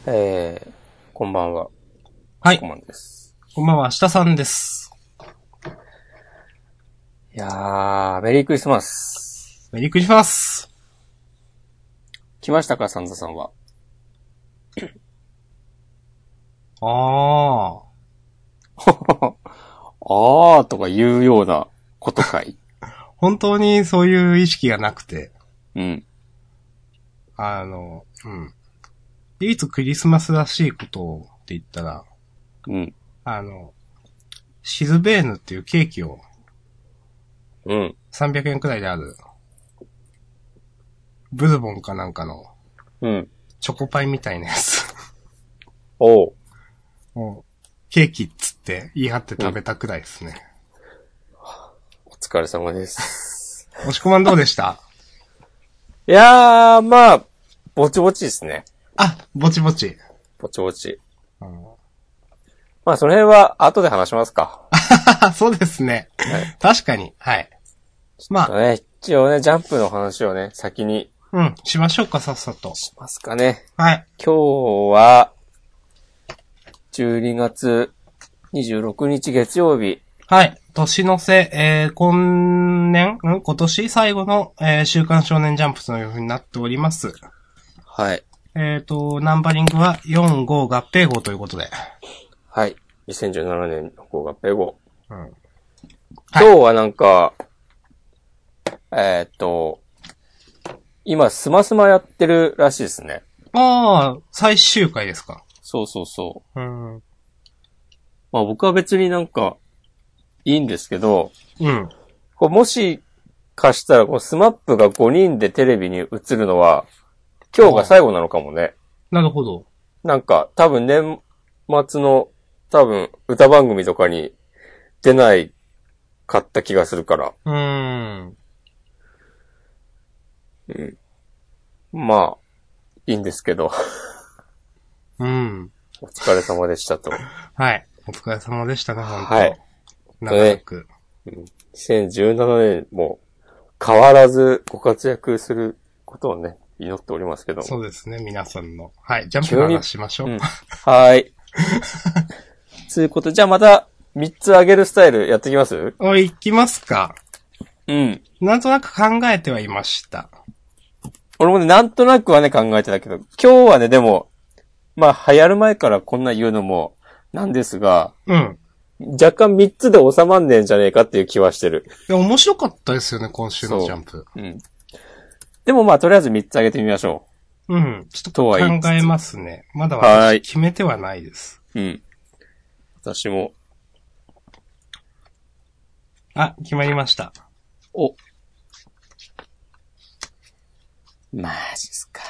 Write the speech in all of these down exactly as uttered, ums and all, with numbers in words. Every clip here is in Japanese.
えー、こんばんは。 はい。 こんばんです。 こんばんは、明日さんです。 いやー、メリークリスマス。 メリークリスマス。 来ましたか、サンタさんは。 あー。あーとか言うようなことかい。 本当にそういう意識がなくて。 うん。 あの、うん。唯一クリスマスらしいことをって言ったら、 うん。 あの、シズベーヌっていうケーキを、 うん。 さんびゃくえんくらいである、ブルボンかなんかの、 うん。 チョコパイみたいなやつ。 おう。 もう、ケーキっつって言い張って食べたくらいですね。 お疲れ様です。 押し込まんどうでした？ いやー、まあ、ぼちぼちですね。 あ、ぼちぼち。 ぼちぼち。 うん、 まあ、その辺は後で話しますか。 そうですね。 はい、 確かに。はい。まあ。 ね、一応ね、ジャンプの話をね、先に。 うん、しましょうか、さっさと。 しますかね。 はい。 今日は、じゅうにがつにじゅうろくにち月曜日。 はい。年の瀬、えー、今年、ん今年最後の、えー、週刊少年ジャンプという風になっております。 はい。 えっと、ナンバリングはよん、ご合併号ということで。 はい。にせんじゅうななねんの合併号。うん。 はい、 今日はなんか、えー、っと、今、スマスマやってるらしいですね。 ああ、最終回ですか。 そうそうそう。 うん。 まあ僕は別になんか、いいんですけど、 うん。 こうもしかしたらこうスマップがごにんでテレビに映るのは、今日が最後なのかもね。 なるほど。 なんか、多分年末の、多分歌番組とかに出ないかった気がするから。 うーん。 うん。まあ、いいんですけど。 うん。 お疲れ様でしたと。 はい。お疲れ様でしたね、本当はい。 長らく、 ね。うん。にせんじゅうななねんも変わらずご活躍することをね、祈っておりますけども。 そうですね、皆さんの。はい。ジャンプの話しましょう。うん、 はい。ということで、じゃあまたみっつ上げるスタイルやっていきます？ おい、行きますか。 うん。 なんとなく考えてはいました。 俺もね、なんとなくはね、考えてたけど、今日はね、でも、まあ、流行る前からこんな言うのもなんですが、 うん。 若干みっつで収まんねえんじゃねえかっていう気はしてる。 いや、面白かったですよね、今週のジャンプ。 うん。でもまあ、とりあえずみっつ上げてみましょう。うん。ちょっと考えますね。まだ私決めてはないです。 うん。私も。 あ、決まりました。 お。マジっすか。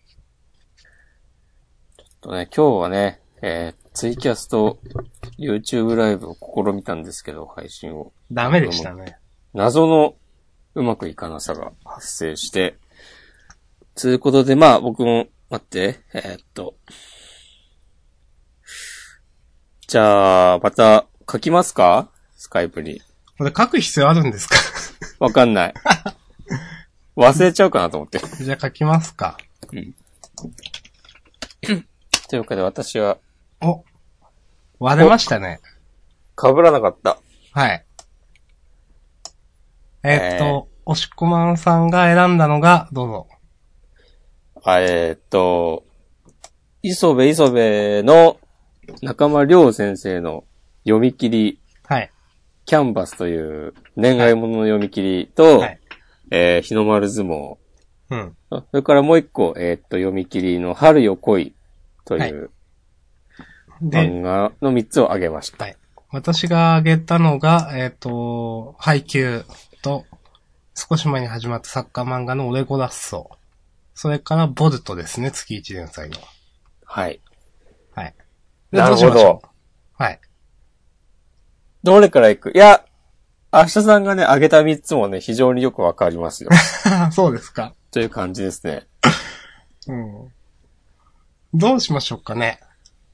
ちょっとね、今日はね、えー、ツイキャスと YouTube ライブを試みたんですけど、配信を。 ダメでしたね。 謎のうまくいかなさが発生して、つうことで、まあ僕も、待って、えー、っと。じゃあ、また書きますか？スカイプに。 これ書く必要あるんですか？ わかんない。忘れちゃうかなと思って。 じゃあ書きますか。 うん。というわけで私は。 お。割れましたね。 被らなかった。 はい。えー、っと、えー、押しこまんさんが選んだのが、どうぞ。 あえー、っと、磯部磯部の中間良先生の読み切り。 はい。 キャンバスという恋愛ものの読み切りと、はい、えー、日の丸相撲。 うん。 それからもう一個、えー、っと、読み切りの春よ恋という、はい、漫画の三つを挙げました。 はい。私が挙げたのが、えー、っと、配給と、少し前に始まったサッカー漫画のオレゴラッソ。それからボルトですね、月一連載の。 はい。 はい。 なるほど。 はい。 どれから行く？いや、明日さんがね、挙げた三つもね、非常によくわかりますよ。 そうですか。 という感じですね。 うん。どうしましょうかね。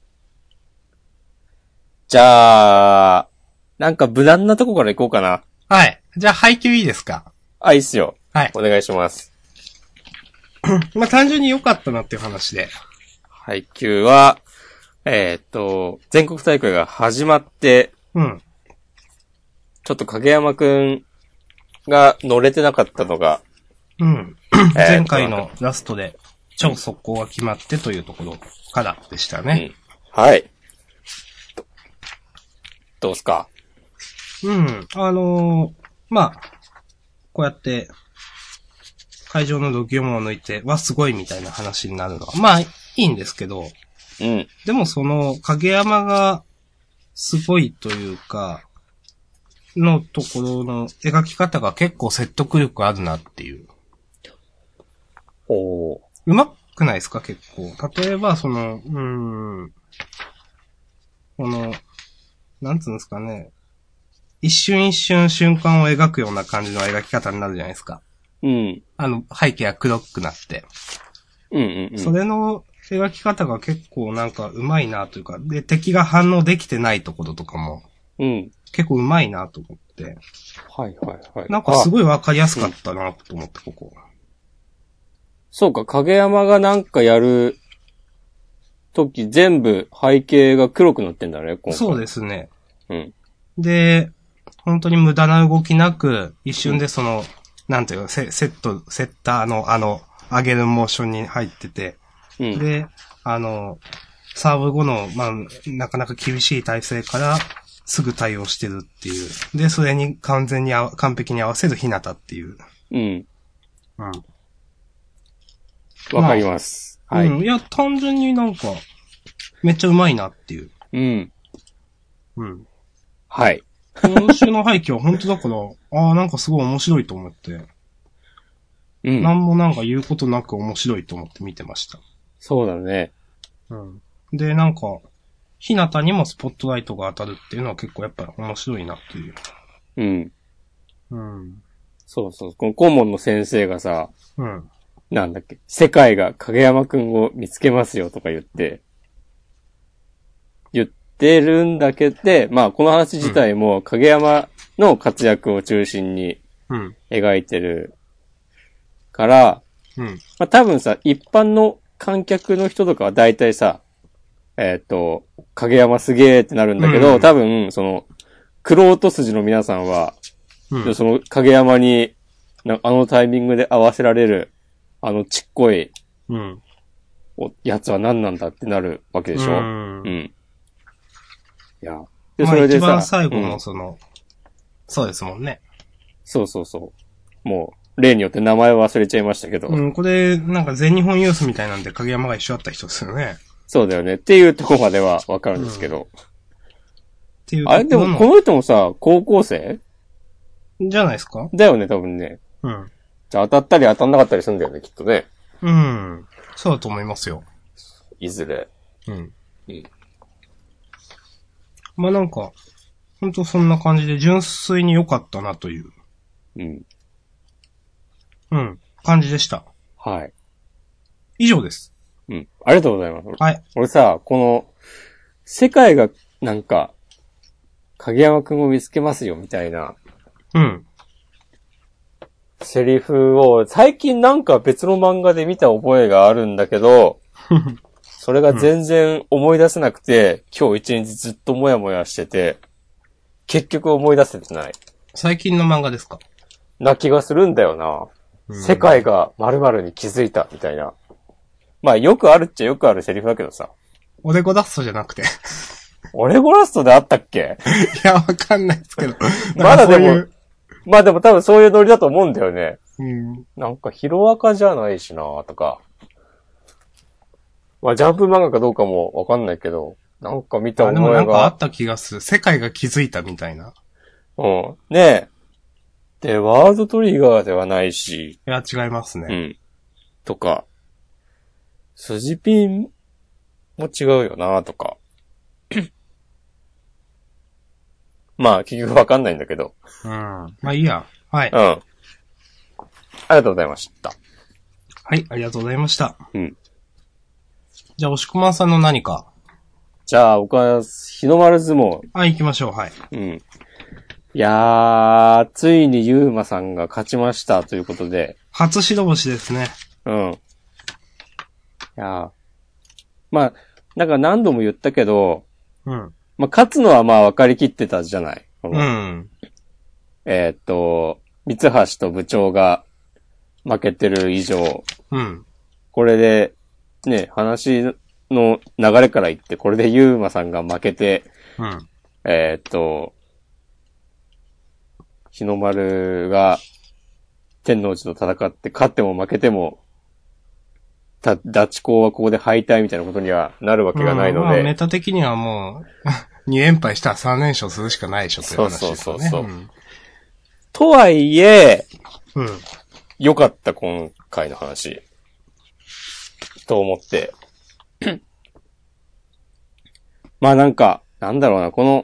じゃあ、なんか無難なとこから行こうかな。 はい。じゃあ配給いいですか？ あ、いいっすよ。 はい。 お願いします。 まあ単純に良かったなっていう話で。 配給は、えーっと、全国大会が始まって、 うん。 ちょっと影山くんが乗れてなかったのが、 うん。前回のラストで超速攻が決まってというところからでしたね。 うん、はい。どうすか？ うん。あのー、まあ、こうやって、会場の度肝を抜いて、わ、すごいみたいな話になるのは、まあ、いいんですけど、 うん。 でもその、影山が、すごいというか、のところの描き方が結構説得力あるなっていう。 おー。 うまくないですか結構。例えば、その、うーん、この、なんつうんですかね。一瞬一瞬瞬間を描くような感じの描き方になるじゃないですか。 うん。 あの、背景が黒くなって。 うんうんうん。 それの描き方が結構なんか上手いなというか、で、敵が反応できてないところとかも、 うん。 結構上手いなと思って。 はいはいはい。 なんかすごいわかりやすかったなと思って、ここ。 そうか、影山がなんかやるとき全部背景が黒くなってんだね、今回。 そうですね。 うん。 で、本当に無駄な動きなく、一瞬でその、うん、なんていうか、セ、セット、セッターのあの、上げるモーションに入ってて、うん、で、あの、サーブ後の、まあ、なかなか厳しい体勢からすぐ対応してるっていう。で、それに完全にあ完璧に合わせる日向っていう。 うん。 うん。 わかります。 まあ、はい。うん。いや、単純になんか、めっちゃ上手いなっていう。 うん。 うん。 はい。 今週の背景は本当だから、ああ、なんかすごい面白いと思って。うん。なんもなんか言うことなく面白いと思って見てました。 そうだね。 うん。で、なんか、日向にもスポットライトが当たるっていうのは結構やっぱり面白いなっていう。 うん。 うん。 そうそう。この顧問の先生がさ、 うん。 なんだっけ、世界が影山くんを見つけますよとか言って、言ってるんだけど、まあこの話自体も影山の活躍を中心に描いてるから、 うん。 まあ多分さ、一般の観客の人とかは大体さ、えっと、影山すげーってなるんだけど、うん、多分、その、玄人筋の皆さんは、うん、その影山に、あのタイミングで合わせられる、あのちっこい、 うん、 やつは何なんだってなるわけでしょ。うん。うん、いや。で、 それでさ、まあ、一番最後のその、うん、そうですもんね。 そうそうそう。もう、例によって名前を忘れちゃいましたけど。 うん、これ、なんか全日本ユースみたいなんで影山が一緒だった人ですよね。 そうだよね。っていうところまではわかるんですけど。うん、 っていうあれでも、この人もさ、高校生じゃないですか？ だよね、多分ね。 うん。 じゃあ当たったり当たんなかったりするんだよね、きっとね。 うん。そうだと思いますよ。 いずれ。 うん。うん。まあなんか、ほんとそんな感じで純粋に良かったなという。 うん。 うん。感じでした。 はい。 以上です。 うん。ありがとうございます。 はい。 俺さ、この、世界が、なんか、影山くんを見つけますよ、みたいな。 うん。 セリフを、最近なんか別の漫画で見た覚えがあるんだけど、それが全然思い出せなくて、うん、今日一日ずっともやもやしてて、結局思い出せてない。 最近の漫画ですか？ な気がするんだよな。うん、世界が〇〇に気づいた、みたいな。まあよくあるっちゃよくあるセリフだけどさ。 オレゴダッソじゃなくて。 オレゴラストであったっけ？ いや、わかんないですけど。 まだでも、まあでも多分そういうノリだと思うんだよね。 うん。 なんかヒロアカじゃないしなとか。まあジャンプ漫画かどうかもわかんないけど、なんか見た覚えが。 あ、でもなんかあった気がする。世界が気づいたみたいな。 うん。ねえ。で、ワードトリガーではないし。 いや、違いますね。 うん。とか。スジピンも違うよなとか。まあ、結局わかんないんだけど。 うん。まあいいや。はい。 うん。ありがとうございました。 はい、ありがとうございました。 うん。 じゃあ、押し込まんさんの何か。 じゃあ、僕は、日の丸相撲。 はい、行きましょう、はい。 うん。いやー、ついにゆうまさんが勝ちましたということで。 初白星ですね。 うん。いやー、 まあ、なんか何度も言ったけど、 うん。 まあ、勝つのはまあ分かりきってたじゃない。 うん。 えー、っと、三橋と部長が負けてる以上、 うん。 これで、ね、話の流れから言って、これでゆうまさんが負けて、 うん。 えー、っと、日の丸が天王寺と戦って、勝っても負けても、た、ダチ公はここで敗退みたいなことにはなるわけがないので。うん、まあ、 メタ的にはもう、に連敗したらさん連勝するしかないでしょ、という話ですよね。そうそうそうそう。うん、 とはいえ、 うん。 良かった、今回の話。と思って。まあなんか、なんだろうな、この、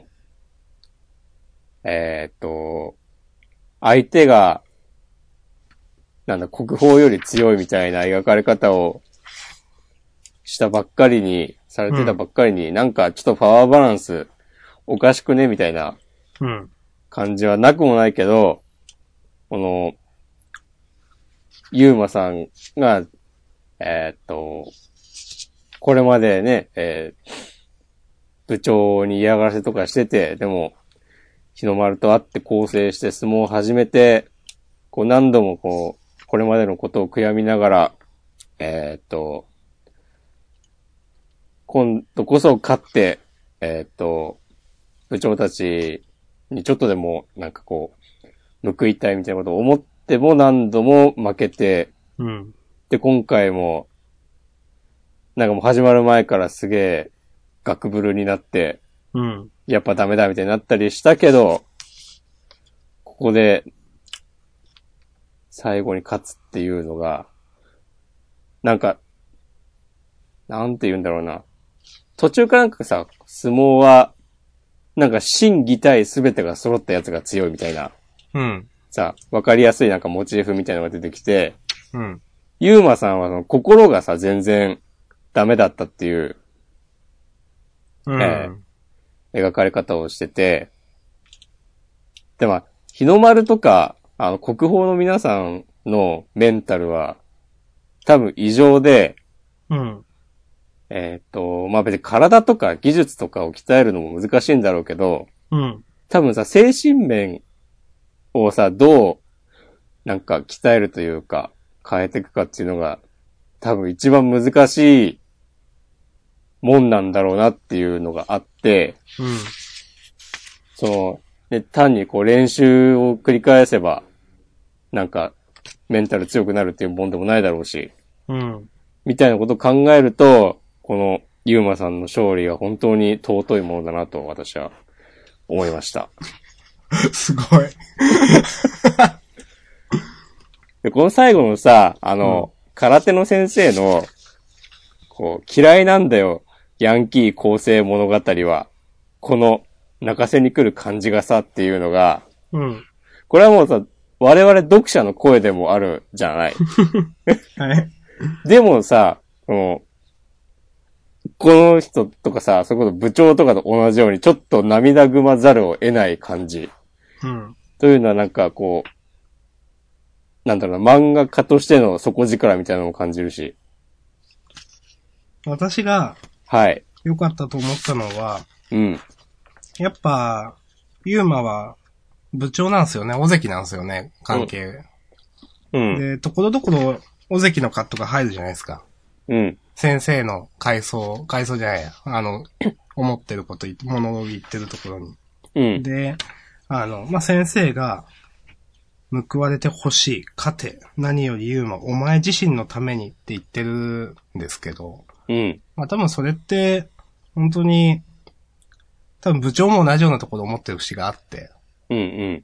えー、っと、相手が、なんだ、国宝より強いみたいな描かれ方をしたばっかりに、されてたばっかりに、うん、なんかちょっとパワーバランスおかしくねみたいな感じはなくもないけど、この、ゆうまさんが、えー、っと、これまでね、えー、部長に嫌がらせとかしてて、でも、日の丸と会って構成して相撲を始めて、こう何度もこう、これまでのことを悔やみながら、えー、っと、今度こそ勝って、えー、っと、部長たちにちょっとでもなんかこう、報いたいみたいなことを思っても何度も負けて、 うん、 で、今回も、なんかもう始まる前からすげえ、ガクブルになって、 うん、 やっぱダメだみたいになったりしたけど、ここで、最後に勝つっていうのが、なんか、なんて言うんだろうな。途中からなんかさ、相撲は、なんか心技体すべてが揃ったやつが強いみたいな。 うん。 さ、わかりやすいなんかモチーフみたいなのが出てきて、 うん。 ゆうまさんはその心がさ、全然ダメだったっていう、 うん、 えー、描かれ方をしてて、でも、日の丸とか、あの、国宝の皆さんのメンタルは、多分異常で、 うん。 えっと、まあ、別に体とか技術とかを鍛えるのも難しいんだろうけど、 うん。 多分さ、精神面をさ、どう、なんか鍛えるというか、変えていくかっていうのが、多分一番難しいもんなんだろうなっていうのがあって、 うん。 その、ね、単にこう練習を繰り返せば、なんか、メンタル強くなるっていうもんでもないだろうし、 うん。 みたいなことを考えると、この、ゆうまさんの勝利が本当に尊いものだなと私は思いました。 すごい。 で、この最後のさ、あの、うん、空手の先生の、こう、嫌いなんだよ、ヤンキー構成物語は、この、泣かせに来る感じがさっていうのが、 うん。 これはもうさ、我々読者の声でもあるじゃない。 はい。 でもさ、この、この人とかさ、それこそ部長とかと同じようにちょっと涙ぐまざるを得ない感じ。 うん。 というのはなんかこう、なんだろうな、漫画家としての底力みたいなのを感じるし。 私が、 はい。 良かったと思ったのは、 うん。 やっぱ、ユーマは部長なんですよね。尾関なんですよね、関係。 うん。 で、ところどころ尾関のカットが入るじゃないですか。 うん。 先生の回想、回想じゃないや。あの、思ってること言って、物を言ってるところに。 うん。 で、あの、まあ、先生が、報われてほしい、勝て、何よりユーマ、お前自身のためにって言ってるんですけど、 うん。 まあ、多分それって、本当に、多分部長も同じようなところ思ってる節があって。 うんうん。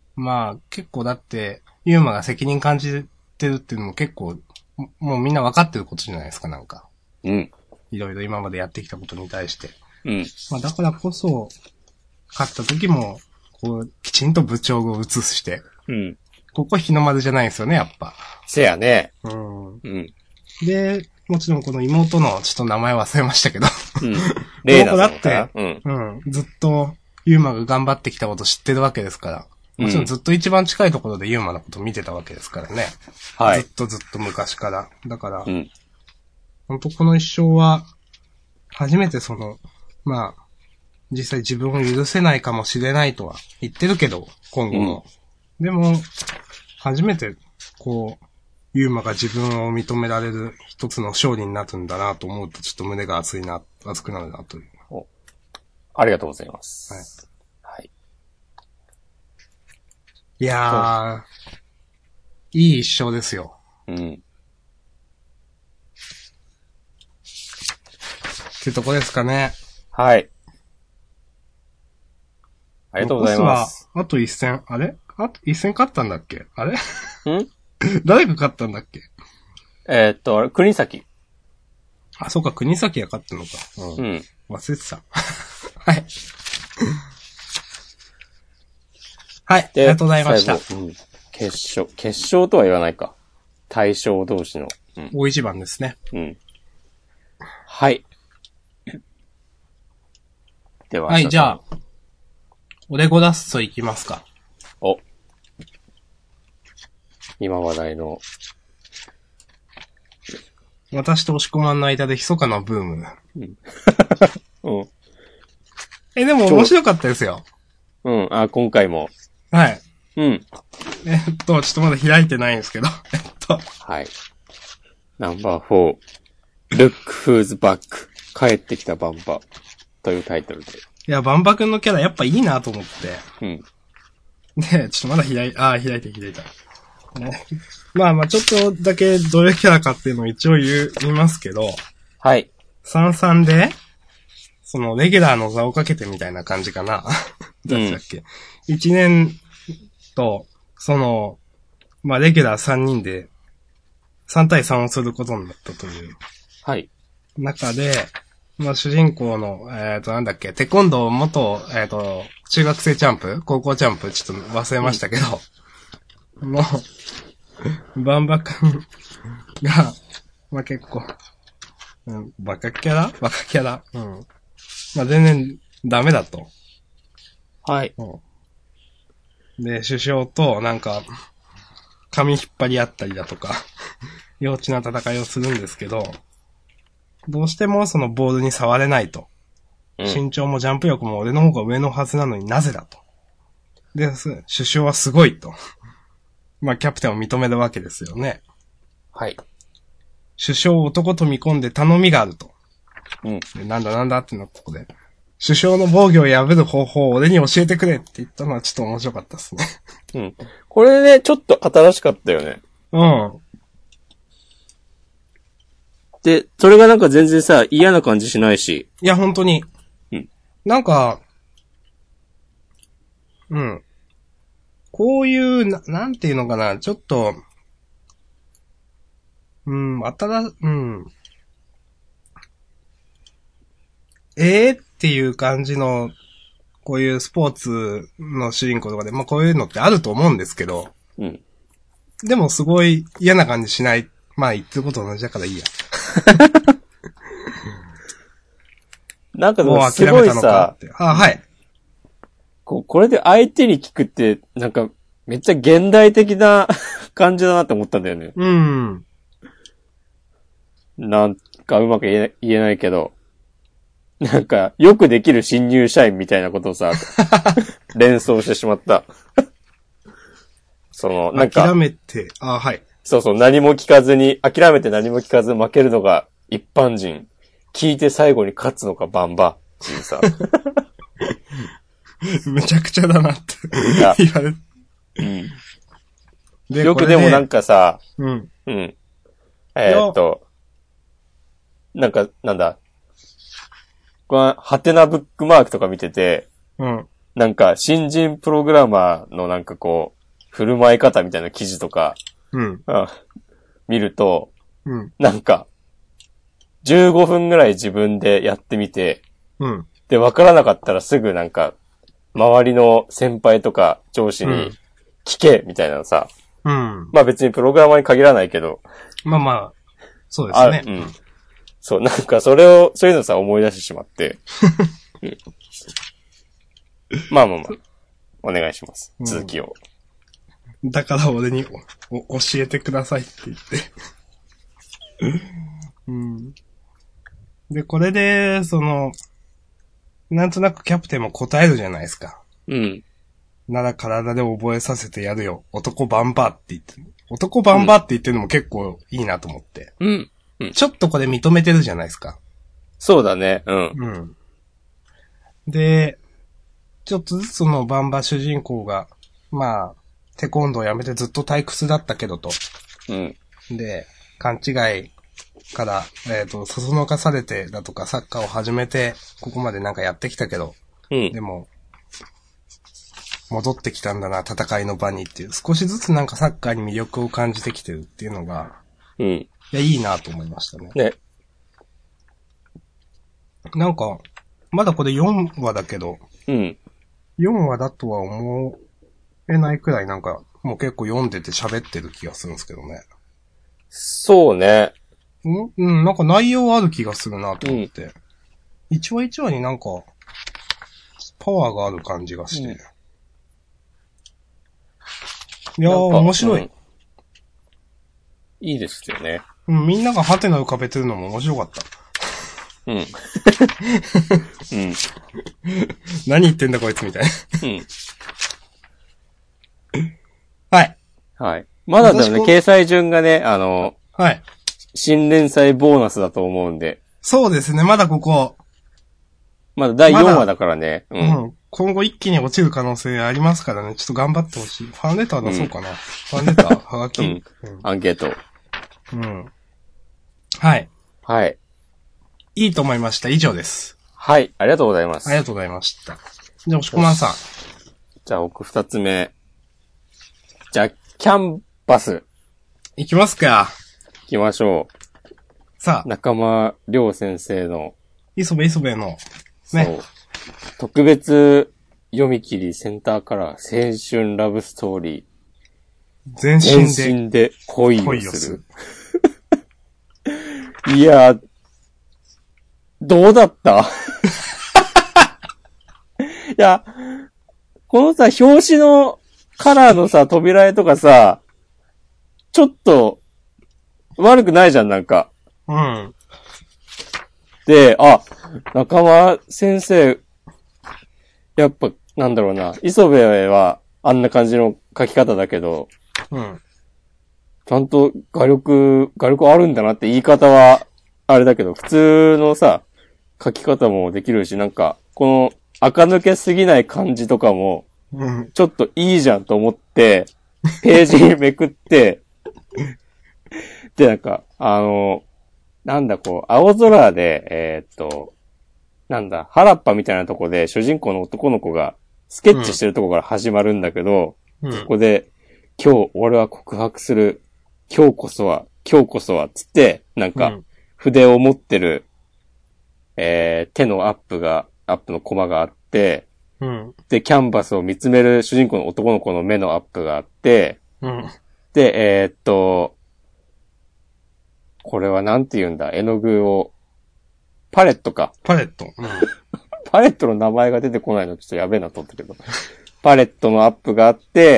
まあ、結構だって、ユーマが責任感じてるっていうのも結構、もうみんな分かってることじゃないですか、なんか。 うん。 いろいろ今までやってきたことに対して。 うん。 まあだからこそ、勝った時も、こう、きちんと部長を移して。 うん。 ここ日の丸じゃないんですよね、やっぱ。 せやね。 うん。 うん。 で、もちろんこの妹のちょっと名前忘れましたけど。 うん。レイナさんだって、 うん。 うん。ずっと、ユーマが頑張ってきたこと知ってるわけですから。もちろんずっと一番近いところでユーマのこと見てたわけですからね。 はい。 ずっとずっと昔から。だから、 うん。 本当この一生は、 初めてその、まあ、実際自分を許せないかもしれないとは言ってるけど、今後も。うん、でも、初めて、こう、ユーマが自分を認められる一つの勝利になるんだなと思うと、ちょっと胸が熱いな、熱くなるなという。 お、ありがとうございます。はい。はい。 いやー、いい一生ですよ。 うん。 ってとこですかね。 はい。ありがとうございます。 残すは、あと一戦、あれあと一戦勝ったんだっけあれん誰が勝ったんだっけえー、っと、あれ、国崎。 あ、そうか、国崎が勝ったのか。 うん。うん、 忘れてた。はい。はい、ありがとうございました。うん、 決勝、決勝とは言わないか。対象同士の。 うん、大一番ですね。 うん。はい。では。 はい、じゃあ、オレゴダッソいきますか。 お。今話題の。 私と押し込まんの間で密かなブーム。うん。うん、え、でも面白かったですよ。 うん、あ、今回も。 はい。 うん。 えっと、ちょっとまだ開いてないんですけど。えっと。 はい。ナンバーフォー。Look Who's Back。帰ってきたバンバというタイトルで。 いや、バンバ君のキャラやっぱいいなと思って。 うん。 で、ちょっとまだ開い、ああ、開いて開いた。ね、まあまあちょっとだけどういうキャラかっていうのを一応言う、言いますけど。 はい。 三々で、そのレギュラーの座をかけてみたいな感じかな。どうだっけ。一、うん、年と、その、まあレギュラー三人で、三対三をすることになったという。 はい。 中で、まあ主人公の、えっとなんだっけ、テコンドー元、えっと、中学生チャンプ高校チャンプちょっと忘れましたけど、うん、もう、バンバ君が、まあ結構、うん、バカキャラバカキャラうん。まあ全然ダメだと。 はい。 うん、で、首相となんか、髪引っ張り合ったりだとか、幼稚な戦いをするんですけど、どうしてもそのボールに触れないと。うん、身長もジャンプ力も俺の方が上のはずなのになぜだと。で、首相はすごいと。まあキャプテンを認めるわけですよね。 はい。 首相を男と見込んで頼みがあると。 うん。 でなんだなんだってなったとこで。首相の防御を破る方法を俺に教えてくれって言ったのはちょっと面白かったですね。 うん。これね、ちょっと新しかったよね。 うん。 で、それがなんか全然さ、嫌な感じしないし。 いや、本当に。 うん。 なんか、うん。こういう、な、なんていうのかな、ちょっと、うん、あたら、うん。ええー、っていう感じの、こういうスポーツの主人公とかで、まあこういうのってあると思うんですけど。 うん。 でもすごい嫌な感じしない。まあ言ってること同じだからいいや。 なんかでもすごいさ、 あ、はい。 こ、これで相手に聞くって、なんかめっちゃ現代的な感じだなって思ったんだよね。 うん。 なんかうまく言え、言えないけど、なんかよくできる新入社員みたいなことをさ、連想してしまった。その、なんか。 諦めて、あ、はい。 そうそう、何も聞かずに、諦めて何も聞かず負けるのが一般人。聞いて最後に勝つのがバンバっていうさ。 めちゃくちゃだなって言われる。 うん。でよくでもなんかさ、 うん。 うん。えー、っと、なんか、なんだ。このハテナブックマークとか見てて、 うん。 なんか、新人プログラマーのなんかこう、振る舞い方みたいな記事とか、 うん。 見ると、 うん。 なんか、じゅうごふんぐらい自分でやってみて、 うん。 で、わからなかったらすぐなんか、周りの先輩とか上司に聞け、みたいなのさ、 うん。 まあ別にプログラマーに限らないけど、 まあまあ、そうですね。 うん。そう、なんかそれを、そういうのさ、思い出してしまって。うん、まあまあまあ、お願いします。うん、続きを。 だから俺におお教えてくださいって言って。うん。 で、これで、その、なんとなくキャプテンも答えるじゃないですか。 うん。 なら体で覚えさせてやるよ。男バンバーって言ってる。男バンバーって言ってるのも結構いいなと思って。 うん。うん、 ちょっとこれ認めてるじゃないですか。 そうだね。うん。 うん。で、ちょっとずつそのバンバ主人公が、まあ、テコンドーをやめてずっと退屈だったけどと。 うん。 で、勘違いから、えっと、そそのかされてだとかサッカーを始めて、ここまでなんかやってきたけど、 うん。 でも、戻ってきたんだな、戦いの場にっていう、少しずつなんかサッカーに魅力を感じてきてるっていうのが、 うん。 いや、いいなと思いましたね。 ね。 なんか、まだこれよんわだけど、 うん。 よんわだとは思えないくらいなんか、もう結構読んでて喋ってる気がするんですけどね。 そうね。 んうん、なんか内容ある気がするなと思って。うん、一話一話になんか、パワーがある感じがして。うん、いやー、面白い、うん。 いいですよね。 うん、みんながハテナ浮かべてるのも面白かった。 うん。うん。 何言ってんだこいつみたいな。 うん。 はい。 はい。まだだよね、掲載順がね、あの、 はい。 新連載ボーナスだと思うんで。 そうですね、まだここ。 まだだいよんわだからね。 うん。うん。今後一気に落ちる可能性ありますからね。ちょっと頑張ってほしい。ファンレター出そうかな。うん、ファンレターはがき、うん、 うん。アンケート。 うん。はい。 はい。 いいと思いました。以上です。 はい。ありがとうございます。 ありがとうございました。じゃあ、押しこまんさん。 じゃあ、僕二つ目。じゃあ、キャンバス。 いきますか。 行きましょう。 さあ。 中間亮先生の。 磯部磯部の。ね。そう。 特別読み切りセンターカラー青春ラブストーリー。 全身で。 全身で恋をする。いや、どうだったいや、このさ、表紙のカラーのさ、扉絵とかさ、ちょっと、悪くないじゃん、なんか。 うん。 で、あ、中間先生、やっぱ、なんだろうな、磯部はあんな感じの描き方だけど、 うん。 ちゃんと画力、画力あるんだなって言い方は、あれだけど、普通のさ、描き方もできるし、なんか、この、垢抜けすぎない感じとかも、ちょっといいじゃんと思って、ページめくって、で、なんか、あの、なんだこう、青空で、えー、っと、なんだ、原っぱみたいなとこで主人公の男の子がスケッチしてるとこから始まるんだけど、うん、そこで、今日俺は告白する、今日こそは、今日こそは、つって、なんか、筆を持ってる、えー、手のアップが、アップのコマがあって、 うん、 で、キャンバスを見つめる主人公の男の子の目のアップがあって、 うん、 で、えー、っと、これはなんて言うんだ、絵の具を、パレットか。 パレット。うん、 パレットの名前が出てこないのちょっとやべえなと思ったけど。パレットのアップがあって、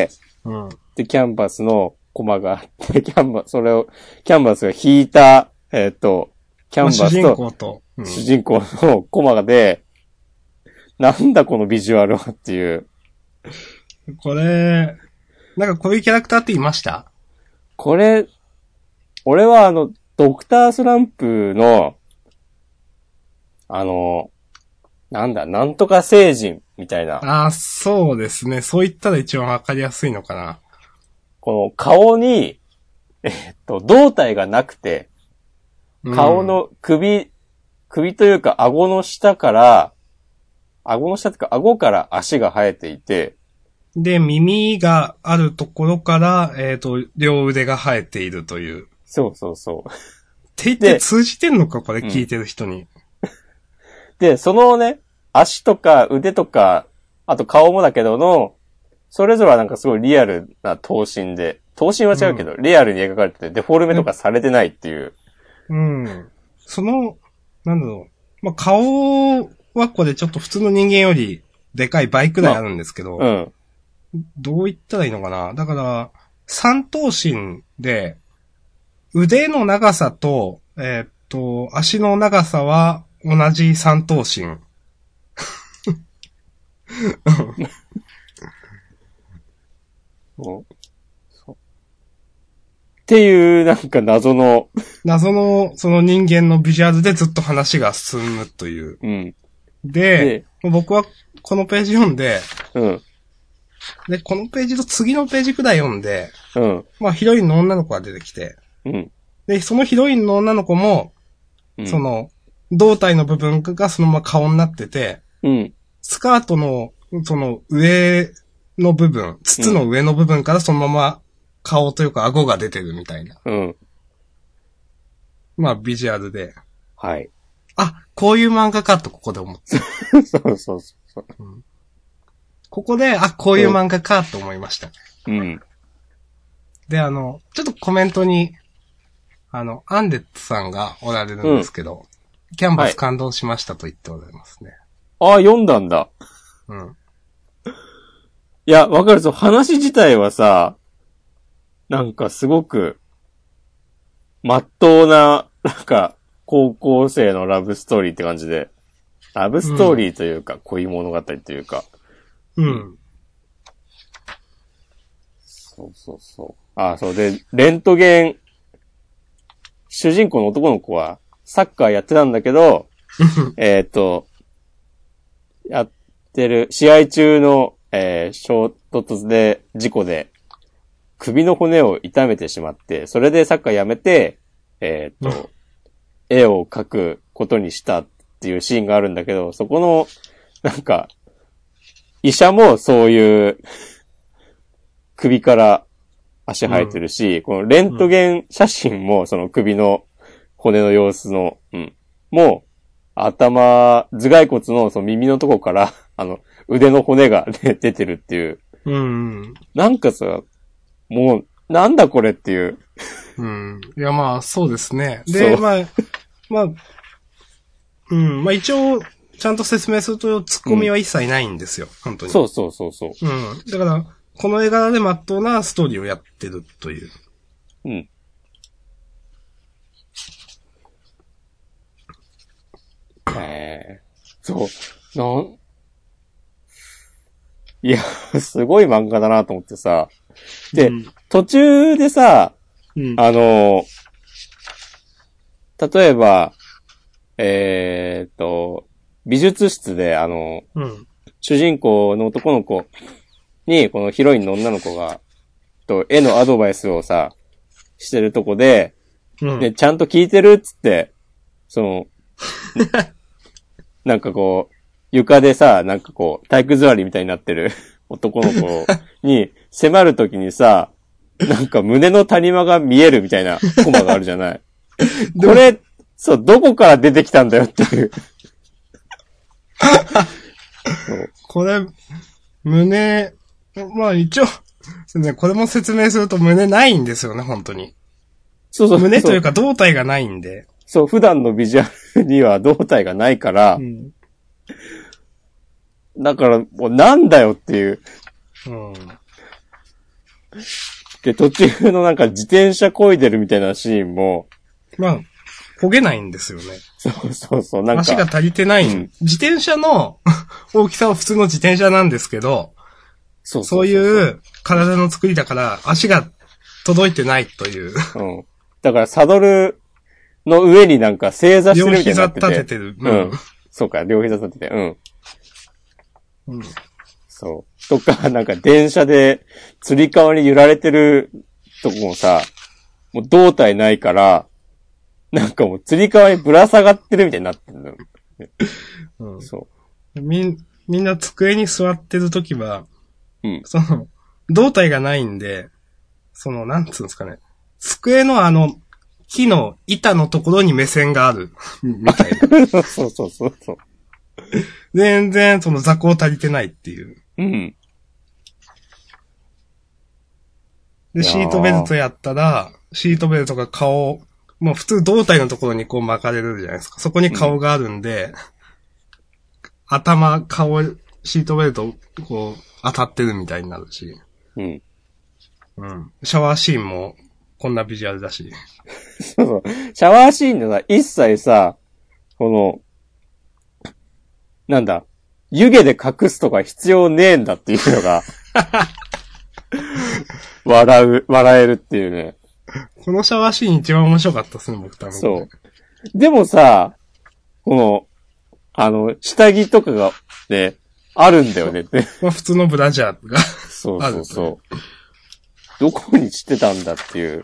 うん、 で、キャンバスのコマがあって、キャンバス、それを、キャンバスが引いた、えー、っと、キャンバスと、 主人公と、 うん、主人公のコマがで、なんだこのビジュアルはっていう。 これ、なんかこういうキャラクターっていました？ これ、俺はあの、ドクタースランプの、あの、なんだ、なんとか星人みたいな。 ああ、そうですね。そう言ったら一番わかりやすいのかな。 この顔に、えー、っと、胴体がなくて、顔の首、うん、首というか顎の下から、顎の下というか顎から足が生えていて、 で、耳があるところから、えっと、両腕が生えているという。 そうそうそう。 って言って通じてんのかこれ聞いてる人に、うん。 で、そのね、足とか腕とか、あと顔もだけどの、それぞれはなんかすごいリアルな頭身で、頭身は違うけど、うん、リアルに描かれてて、デフォルメとかされてないっていう。 うん。その、なんだろう。まあ、顔はこれちょっと普通の人間よりでかい倍くらいあるんですけど、 まあ、うん。 どう言ったらいいのかな。だから、三頭身で、腕の長さと、えー、っと、足の長さは同じ三頭身。 おそうっていう、なんか謎の。 謎の、その人間のビジュアルでずっと話が進むという。 うん。 で、で僕はこのページ読んで、 うん。 で、このページと次のページくらい読んで、 うん。 まあヒロインの女の子が出てきて、 うん。 で、そのヒロインの女の子も、うん、その、胴体の部分がそのまま顔になってて、 うん。 スカートの、その上の部分、筒の上の部分からそのまま顔というか顎が出てるみたいな。 うん。 まあ、ビジュアルで。 はい。 あ、こういう漫画かとここで思って。 そうそうそう、うん。 ここで、あ、こういう漫画かと思いました。 うん。 で、あの、ちょっとコメントに、あの、アンデッツさんがおられるんですけど、うん、キャンバス感動しましたと言っておられますね。 はい、ああ、読んだんだ。 うん。 いや、わかるぞ。話自体はさ、なんかすごく、まっとうな、なんか、高校生のラブストーリーって感じで、ラブストーリーというか、うん、恋物語というか。 うん。 そうそうそう。あ、そうで、レントゲン、主人公の男の子は、サッカーやってたんだけど、えっと、やってる、試合中の、えー、衝突で、事故で、首の骨を痛めてしまって、それでサッカーやめて、えっと、絵を描くことにしたっていうシーンがあるんだけど、そこの、なんか、医者もそういう、首から足生えてるし、うん、このレントゲン写真もその首の骨の様子の、うん、もう、頭、頭蓋骨のその耳のとこから、あの、腕の骨が、ね、出てるっていう。 うん。 なんかさ、もう、なんだこれっていう。 うん。いや、まあ、そうですね。で、まあ、まあ、うん。まあ一応、ちゃんと説明すると、ツッコミは一切ないんですよ。うん、本当に。 そうそうそうそう。 うん。だから、この映画で真っ当なストーリーをやってるという。 うん。えー、そう。なん、いや、すごい漫画だなと思ってさ。で、うん、途中でさ、うん、あの、例えば、えー、っと、美術室で、あの、うん、主人公の男の子に、このヒロインの女の子が、と、絵のアドバイスをさ、してるとこで、うん、ね、ちゃんと聞いてるっつって、その、なんかこう、床でさ、なんかこう、体育座りみたいになってる男の子に迫るときにさ、なんか胸の谷間が見えるみたいなコマがあるじゃない。これ、そう、どこから出てきたんだよっていう。 これ、胸、まあ一応、ね、これも説明すると胸ないんですよね、本当に。 そうそう。 胸というか胴体がないんで。 そう、普段のビジュアルには胴体がないから、うん、だから、もうなんだよっていう。うん。で、途中のなんか自転車漕いでるみたいなシーンも。 まあ、焦げないんですよね。 そうそうそう。なんか。 足が足りてない。うん、自転車の大きさは普通の自転車なんですけど、そうそうそうそう。そういう体の作りだから足が届いてないという。うん。 だからサドルの上になんか正座してるみたいになってて。 両膝立ててる。 うん。うん、そうか、両膝立てて。うん。うん。そう。とか、なんか電車で吊り革に揺られてるとこもさ、もう胴体ないから、なんかもう吊り革にぶら下がってるみたいになってるの。 うん。そう。みん、みんな机に座ってるときは、うん。その、胴体がないんで、その、なんつうんですかね。机のあの、木の板のところに目線がある。みたいな。 そうそうそうそう。 全然、その座高足りてないっていう。 うん。 で、シートベルトやったら、シートベルトが顔、もう普通胴体のところにこう巻かれるじゃないですか。そこに顔があるんで、うん、頭、顔、シートベルト、こう、当たってるみたいになるし。うん。うん。シャワーシーンも、こんなビジュアルだし。 そうそう。シャワーシーンでさ、一切さ、この、なんだ、湯気で隠すとか必要ねえんだっていうのが、笑う、笑えるっていうね。 このシャワーシーン一番面白かったですね、僕多分。 そう。でもさ、この、あの、下着とかが、ね、あるんだよねって。 まあ普通のブラジャーがそうそうそう。どこに散ってたんだっていう。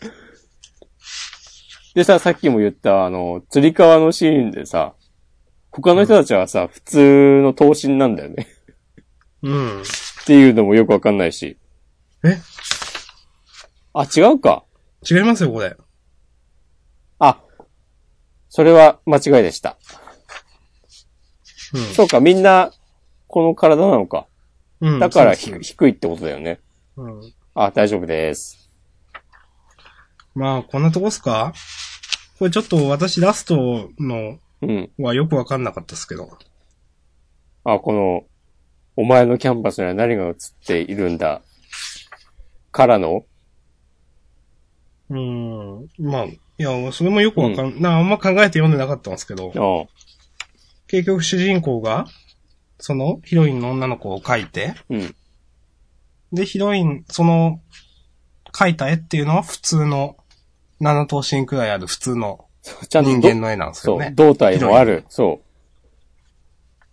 でさ、さっきも言った、あの、釣り革のシーンでさ、他の人たちはさ、うん、普通の頭身なんだよね。 うん。 っていうのもよくわかんないし。 え？ あ、違うか。 違いますよ、これ。 あ、それは間違いでした。うん、そうか、みんな、この体なのか。うん。だからひ低いってことだよね。うん。あ、大丈夫です。 まあ、こんなとこっすか？これちょっと私ラストのはよくわかんなかったですけど。 うん、あ、この、お前のキャンパスには何が映っているんだからのうーん。まあ、いや、それもよくわかん、うん、な、あんま考えて読んでなかったんですけど。結局主人公が、そのヒロインの女の子を描いて、うん、で、ヒロイン、その、描いた絵っていうのは普通の、なな頭身くらいある普通の人間の絵なんですよね。 そう、胴体もある。そう。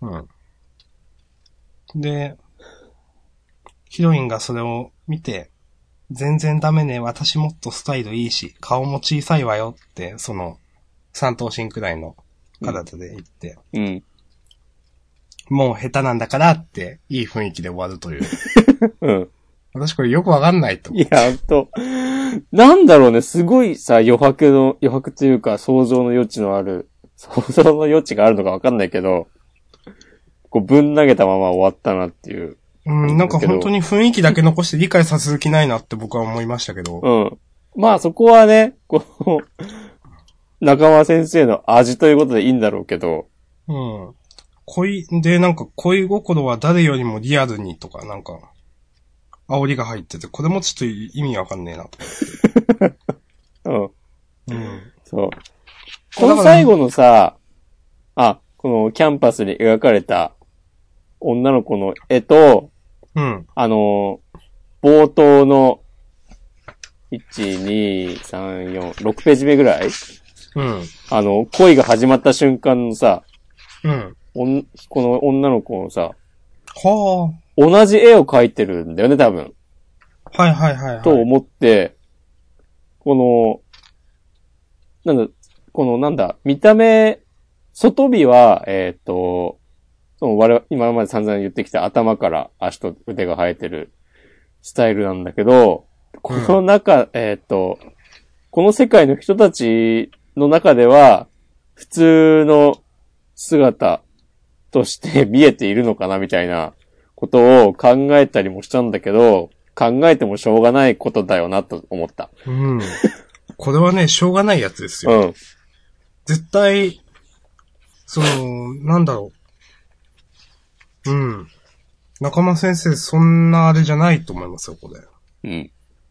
うん。で、ヒロインがそれを見て、全然ダメね、私もっとスタイルいいし、顔も小さいわよって、その、三頭身くらいの体で言って、うん。うん、もう下手なんだからって、いい雰囲気で終わるという。うん。私これよくわかんないと。 いや、ほんと。なんだろうね、すごいさ、余白の、余白というか、想像の余地のある、想像の余地があるのかわかんないけど、こう、ぶん投げたまま終わったなっていう。 うん、なんか本当に雰囲気だけ残して理解させる気ないなって僕は思いましたけど。 うん。まあそこはね、この、中間先生の味ということでいいんだろうけど。 うん。恋、で、なんか恋心は誰よりもリアルにとか、なんか、煽りが入ってて、これもちょっと意味わかんねえなと思って。うん。うん。 そう。この最後のさ、あ、このキャンパスに描かれた女の子の絵と、うん。あの、冒頭の、いち、に、さん、よん、ろくページ目ぐらい？うん。あの、恋が始まった瞬間のさ、うん。おんこの女の子のさ、はあ。同じ絵を描いてるんだよね、多分。 はいはいはい、はい。 と思って、この、なんだ、このなんだ、見た目、外見は、えっと、その我々、今まで散々言ってきた頭から足と腕が生えてるスタイルなんだけど、この中、うん、えっと、この世界の人たちの中では、普通の姿として見えているのかなみたいなことを考えたりもしたんだけど、考えてもしょうがないことだよなと思った。 うん。これはね、しょうがないやつですよ。うん。絶対、その、なんだろう。うん。中間先生、そんなあれじゃないと思いますよ、これ。うん。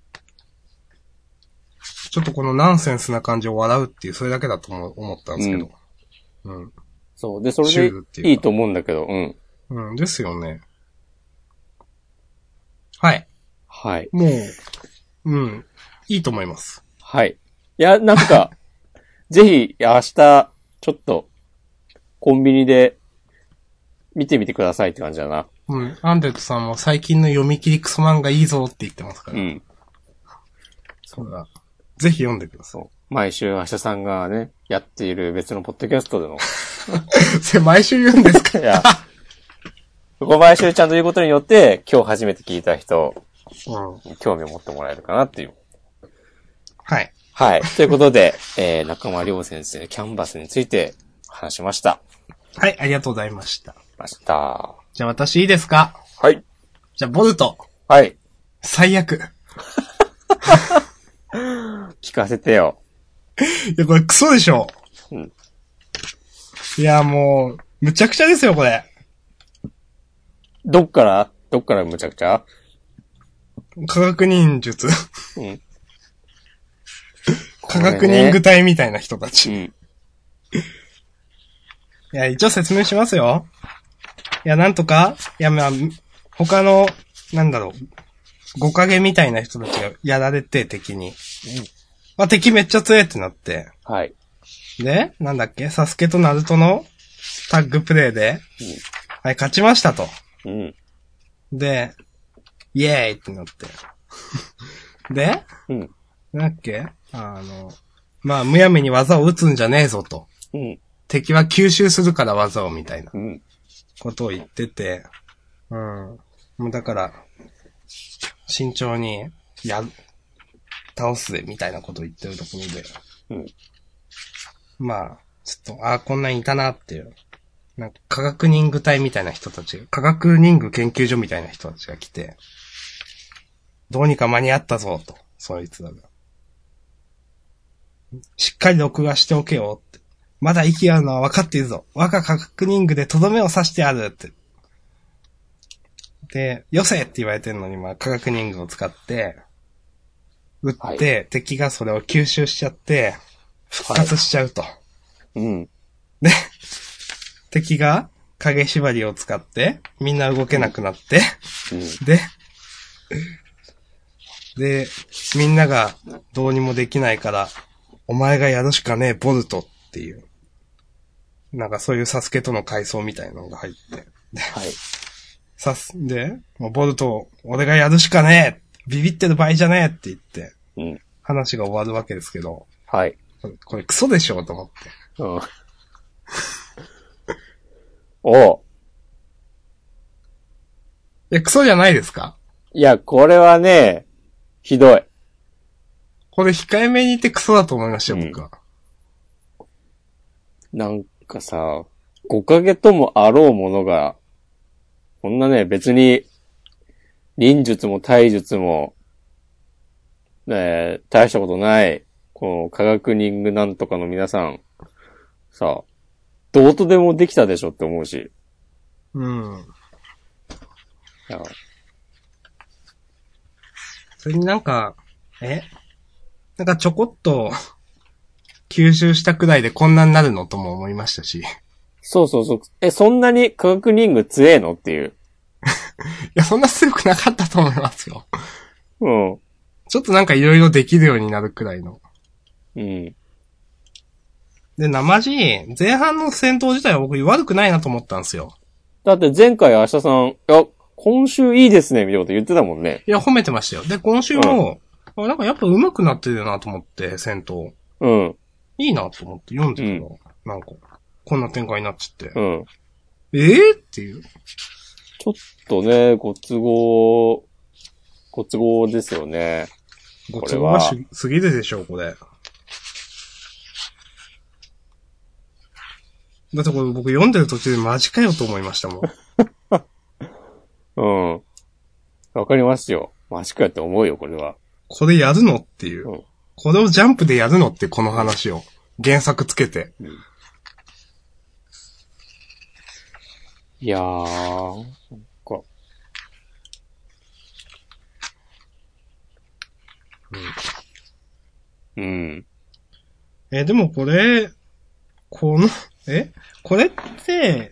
ちょっとこのナンセンスな感じを笑うっていう、それだけだと思ったんですけど。うん。うん、 そう。で、それでいいと思うんだけど、うん。 うん、ですよね。はい。 はい。 もう、うん。いいと思います。 はい。いや、なんか、ぜひ、明日、ちょっと、コンビニで、見てみてくださいって感じだな。 うん。アンデッドさんも最近の読み切りクソ漫画いいぞって言ってますから。うん。そうだ。ぜひ読んでください。 毎週、明日さんがね、やっている別のポッドキャストでの。 それ毎週言うんですか？いや。 ここ毎週ちゃんと言うことによって、今日初めて聞いた人、うん、興味を持ってもらえるかなっていう。 はい。 はい。ということで、えー、中間亮先生、キャンバスについて話しました。 はい、ありがとうございました。 ました。 じゃあ私いいですか？ はい。 じゃあボルト。 はい。 最悪。 聞かせてよ。 いや、これクソでしょ。うん。いや、もう、むちゃくちゃですよ、これ。 どっからどっからむちゃくちゃ？ 科学忍術。うん。 科学忍具隊みたいな人たち。 ね、 うん。いや、一応説明しますよ。いや、なんとか、いや、まあ、他の、なんだろう、五影みたいな人たちがやられて、敵に。うん。まあ、敵めっちゃ強いってなって。 はい。 で、なんだっけ、サスケとナルトのタッグプレイで、うん、はい、勝ちましたと。うん。で、イエーイってなって。で、うん。なんだっけあの、まあ、むやみに技を打つんじゃねえぞと。うん。敵は吸収するから技をみたいな。うん。ことを言ってて、うん。もうだから、慎重に、や、倒すぜみたいなことを言ってるところで。うん。まあ、ちょっと、ああ、こんなにいたなっていう。なんか、科学忍具隊みたいな人たちが、科学忍具研究所みたいな人たちが来て、どうにか間に合ったぞ、と、そいつらが。しっかり録画しておけよ、って。まだ息あるのは分かっているぞ。我が科学忍具でとどめを刺してある、って。で、よせって言われてるのに、まあ、科学忍具を使って、撃って、はい、敵がそれを吸収しちゃって、復活しちゃうと。はい、うん。で、敵が影縛りを使って、みんな動けなくなって、うんうん、で、で、みんながどうにもできないから、お前がやるしかねえ、ボルトっていう。なんかそういうサスケとの回想みたいなのが入って。はい。さす、で、もうボルト、俺がやるしかねえビビってる場合じゃねえって言って、うん、話が終わるわけですけど。はい。これ、これクソでしょと思って。うん。 おう。 いや、クソじゃないですか？ いや、これはね、ひどい。 これ控えめに言ってクソだと思いましたよ、うん、僕は。 なんかさ、五影ともあろうものが、こんなね、別に、忍術も体術も、ね、大したことない、この科学忍具なんとかの皆さん、さ、どうとでもできたでしょって思うし。うん。 いや。それになんか、えなんかちょこっと、吸収したくらいでこんなになるのとも思いましたし。 そうそうそう。え、そんなに科学忍具強えのっていう。 いや、そんな強くなかったと思いますよ。 うん。 ちょっとなんかいろいろできるようになるくらいの。うん。で、生地、前半の戦闘自体は僕悪くないなと思ったんですよ。 だって前回明日さん、いや、今週いいですね、みたいなこと言ってたもんね。 いや、褒めてましたよ。で、今週も、うん、なんかやっぱ上手くなってるなと思って、戦闘。うん。いいなと思って読んでたら、うん、なんか、こんな展開になっちゃって。うん。えー、っていう。 ちょっとね、ご都合、ご都合ですよね。 ご都合がすぎるでしょ、これ。だってこれ僕読んでる途中でマジかよと思いましたもん。うん。わかりますよ。マジかよって思うよ、これは。 これやるのっていう。うん、これをジャンプでやるのってこの話を。原作つけて。うん、 いやー、なんか。うん。うん。 え、でもこれ、この、えこれって、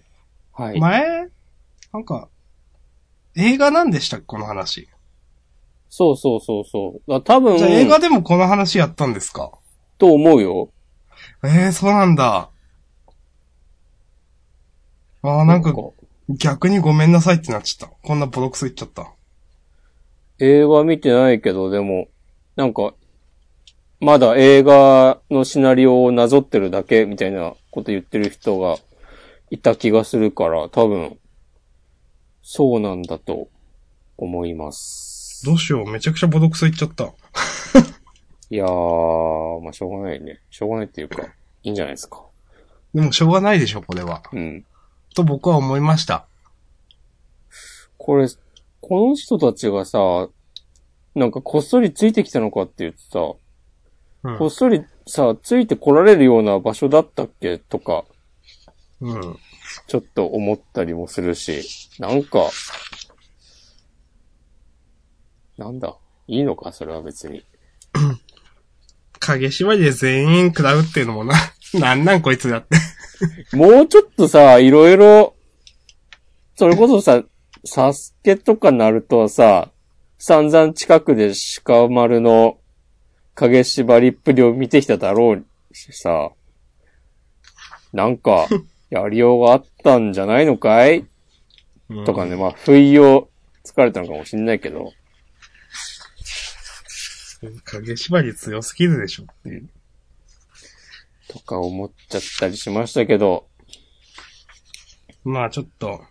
はい。前、なんか、映画なんでしたっけこの話。 そうそうそうそう。多分。 じゃあ映画でもこの話やったんですか？ と思うよ。 ええー、そうなんだ。ああ、なんか、逆にごめんなさいってなっちゃった。こんなボロクソ言っちゃった。 映画見てないけど、でも、なんか、まだ映画のシナリオをなぞってるだけみたいなこと言ってる人がいた気がするから、多分、そうなんだと思います。 どうしよう、めちゃくちゃボロクソ言っちゃった。 いやー、まあしょうがないね。しょうがないっていうか、いいんじゃないですか。 でもしょうがないでしょ、これは。うん。と僕は思いました。 これ、この人たちがさ、なんかこっそりついてきたのかって言ってさ、うん、こっそりさ、ついて来られるような場所だったっけとか、うん。ちょっと思ったりもするし、なんか、なんだ、いいのか、それは別に。 影縛りで全員食らうっていうのもな、なんなんこいつだって。 もうちょっとさ、いろいろ、それこそさ、サスケとかなるとさ、散々近くで鹿丸の影縛りっぷりを見てきただろうしさ、なんか、やりようがあったんじゃないのかい、うん、とかね、まあ、不意をつかれたのかもしんないけど。 影縛り強すぎるでしょっていう。 とか思っちゃったりしましたけど。 まあちょっと、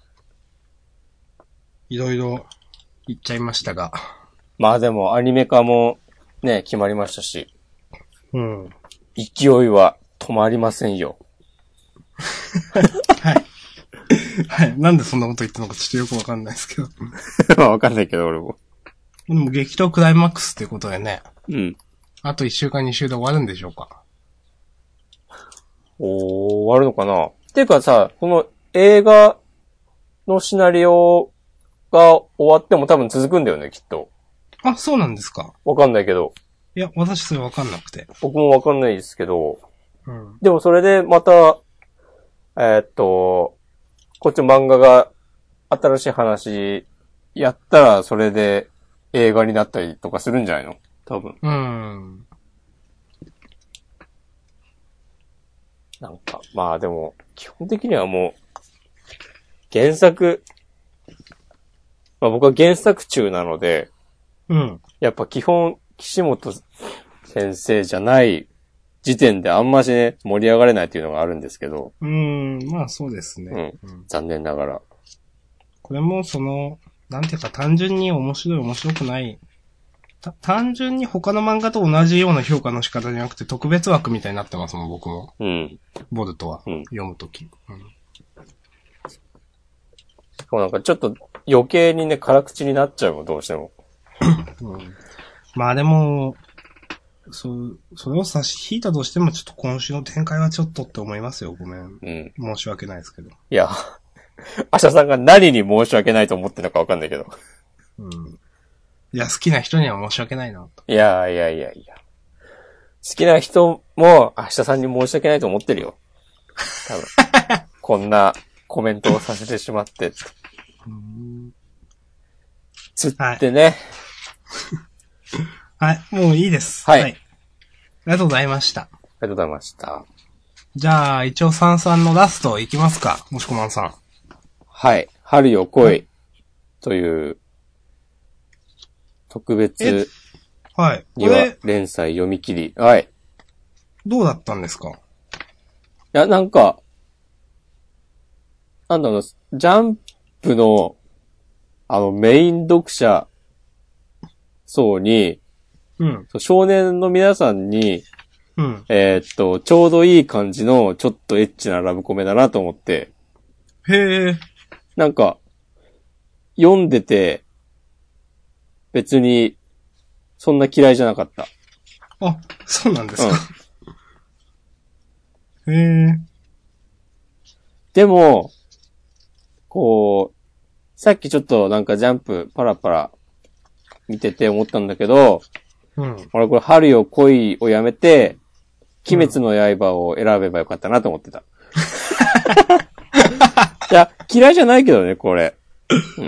いろいろ言っちゃいましたが。 まあでもアニメ化もね、決まりましたし。 うん。 勢いは止まりませんよ。 はい。はい。なんでそんなこと言ったのかちょっとよくわかんないですけど。 まあわかんないけど俺も。 でも激闘クライマックスっていうことでね。 うん。 あといっしゅうかんに週で終わるんでしょうか。 おー、終わるのかな。っていうかさ、この映画のシナリオが終わっても多分続くんだよね、きっと。 あ、そうなんですか。 わかんないけど。 いや、私それわかんなくて。 僕もわかんないですけど。 うん。 でもそれでまた、えー、っと、こっちの漫画が新しい話やったらそれで映画になったりとかするんじゃないの？多分。 うん。 なんか、まあでも、基本的にはもう、原作、まあ僕は原作中なので、 うん。 やっぱ基本、岸本先生じゃない時点であんましね、盛り上がれないっていうのがあるんですけど。 うーん、まあそうですね。 うん。うん、残念ながら。 これもその、なんていうか単純に面白い面白くない、た単純に他の漫画と同じような評価の仕方じゃなくて特別枠みたいになってますもん、僕も。 うん。 ボルトは。 うん。 読むとき。うん。 しかもなんかちょっと余計にね、辛口になっちゃうもん、どうしても。 うん、まあでも、そう、それを差し引いたとしてもちょっと今週の展開はちょっとって思いますよ、ごめん。うん。申し訳ないですけど。 いや、アシャさんが何に申し訳ないと思ってるのかわかんないけど。 うん。いや、好きな人には申し訳ないなと。 いやいやいやいや。好きな人も、アシャさんに申し訳ないと思ってるよ。多分。こんなコメントをさせてしまって。うんつってね。 はい、はい、もういいです。 はい。はい。ありがとうございました。ありがとうございました。 じゃあ、一応三三のラストいきますか、もしこまんさん。 はい。春よ来い。という、特別。 はい。 には連載読み切り。はい。 どうだったんですか？いや、なんか、なんだろう、ジャンプの、あの、メイン読者層に、 うん。 少年の皆さんに、 うん。 えー、っと、ちょうどいい感じの、ちょっとエッチなラブコメだなと思って。 へえ。 なんか、読んでて、別に、そんな嫌いじゃなかった。 あ、そうなんですか。うん、へえ。 でも、こう、さっきちょっとなんかジャンプパラパラ見てて思ったんだけど、 うん。 俺これ春よ恋をやめて、鬼滅の刃を選べばよかったなと思ってた。いや、嫌いじゃないけどね、これ。うん。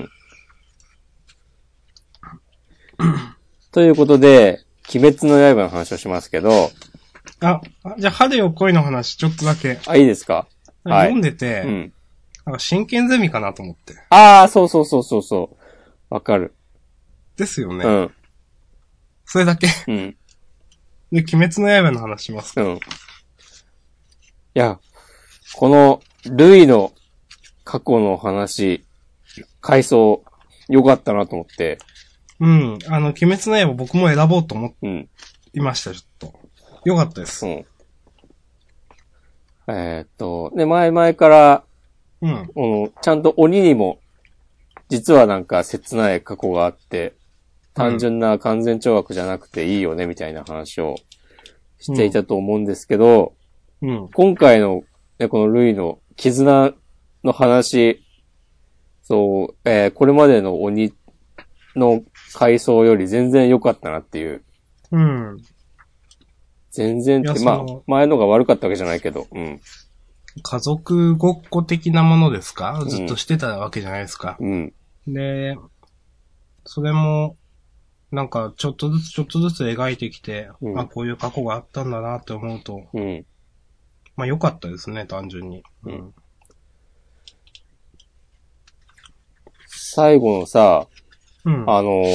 ということで、鬼滅の刃の話をしますけど。 あ、じゃあ春よ恋の話ちょっとだけ。 あ、いいですか？ はい。読んでて、 うん。 なんか真剣ゼミかなと思って。 ああ、そうそうそうそうそう。わかる。 ですよね。 うん。 それだけ。 うん。 で、鬼滅の刃の話しますか？ うん。いや、この、ルイの過去の話、回想、良かったなと思って。 うん。あの、鬼滅の刃僕も選ぼうと思っていました、ちょっと。良かったです。 うん。えー、っと、で、前々から、 うん。 この、ちゃんと鬼にも、実はなんか切ない過去があって、単純な完全懲悪じゃなくていいよね、みたいな話をしていたと思うんですけど、 うん。 今回の、ね、このルイの絆の話、そう、えー、これまでの鬼の回想より全然良かったなっていう。 うん。 全然って、まあ、前のが悪かったわけじゃないけど、うん。 家族ごっこ的なものですか？ずっとしてたわけじゃないですか。 うん。 で、それも、なんか、ちょっとずつちょっとずつ描いてきて、うん、あ、こういう過去があったんだなって思うと、 うん。 まあ良かったですね、単純に。 うん。最後のさ、うん、あの、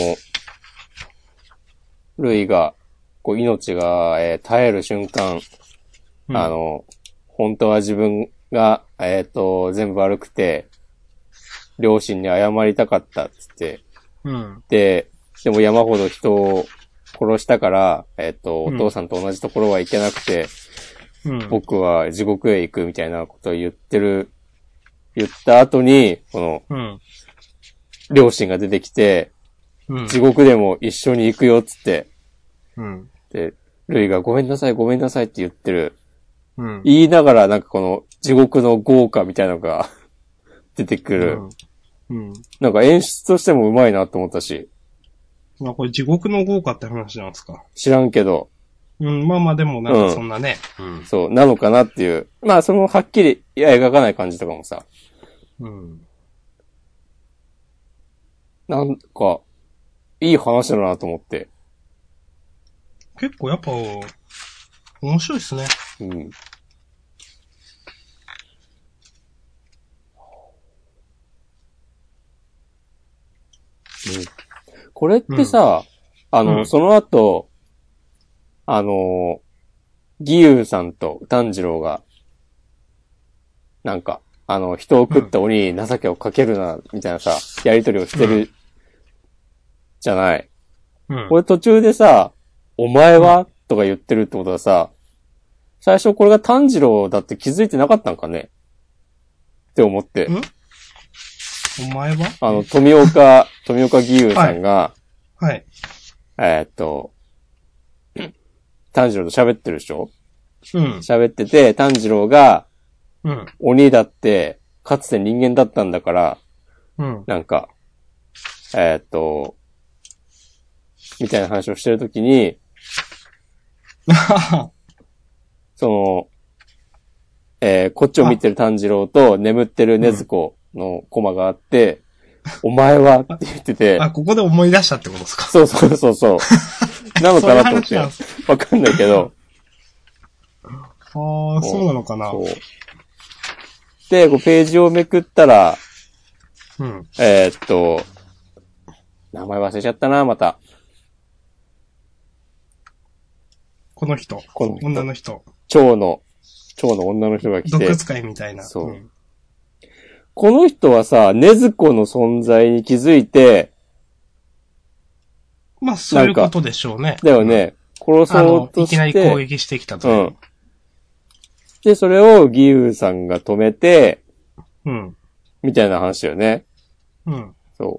ルイが、こう、命が、えー、絶える瞬間、うん、あの、本当は自分が、えっと、全部悪くて、両親に謝りたかったっつって、 うん、 で、でも山ほど人を殺したから、えっと、お父さんと同じところは行けなくて、うん、僕は地獄へ行くみたいなことを言ってる、言った後に、この、うん、両親が出てきて、うん、地獄でも一緒に行くよっつって、 うん、 で、ルイがごめんなさいごめんなさいって言ってる。 うん、 言いながらなんかこの地獄の豪華みたいなのが出てくる、 うんうん。 なんか演出としてもうまいなと思ったし。 まあこれ地獄の豪華って話なんですか？ 知らんけど。 うん、まあまあでもなんかそんなね。 うん。そう、なのかなっていう。まあそのはっきりいや描かない感じとかもさ。 うん。 なんか、いい話だなと思って。 結構やっぱ、面白いっすね。 うん。うん。これってさ、うん、あの、うん、その後、あの、義勇さんと炭治郎が、なんか、あの、人を食った鬼に情けをかけるな、みたいなさ、やりとりをしてる、じゃない。 うん。 これ途中でさ、お前は、うん、とか言ってるってことはさ、最初これが炭治郎だって気づいてなかったんかねって思って。 ん？お前は？ あの、富岡、富岡義勇さんが、 はい。はい、 えー、っと、炭治郎と喋ってるでしょ？ うん。 喋ってて、炭治郎が、 うん。 鬼だって、かつて人間だったんだから、 うん。 なんか、えー、っと、みたいな話をしてるときに、その、えー、こっちを見てる炭治郎と眠ってる禰豆子のコマがあって、うん、お前はって言ってて。 あ、ここで思い出したってことですか？ そうそうそうそう。なのかなと思って。わかんないけど。 ああ、そうなのかな。 そう。で、こうページをめくったら、 うん、 えー、っと、名前忘れちゃったな、また。 この人。この人。女の人。 蝶の、蝶の女の人が来て。 毒使いみたいな。 そう。うん、この人はさ、禰豆子の存在に気づいて、 まあ、そういうことでしょうね。 だよね。うん、殺そうとして。 いきなり攻撃してきたと。 うん。で、それを義勇さんが止めて、 うん。 みたいな話だよね。 うん。 そう。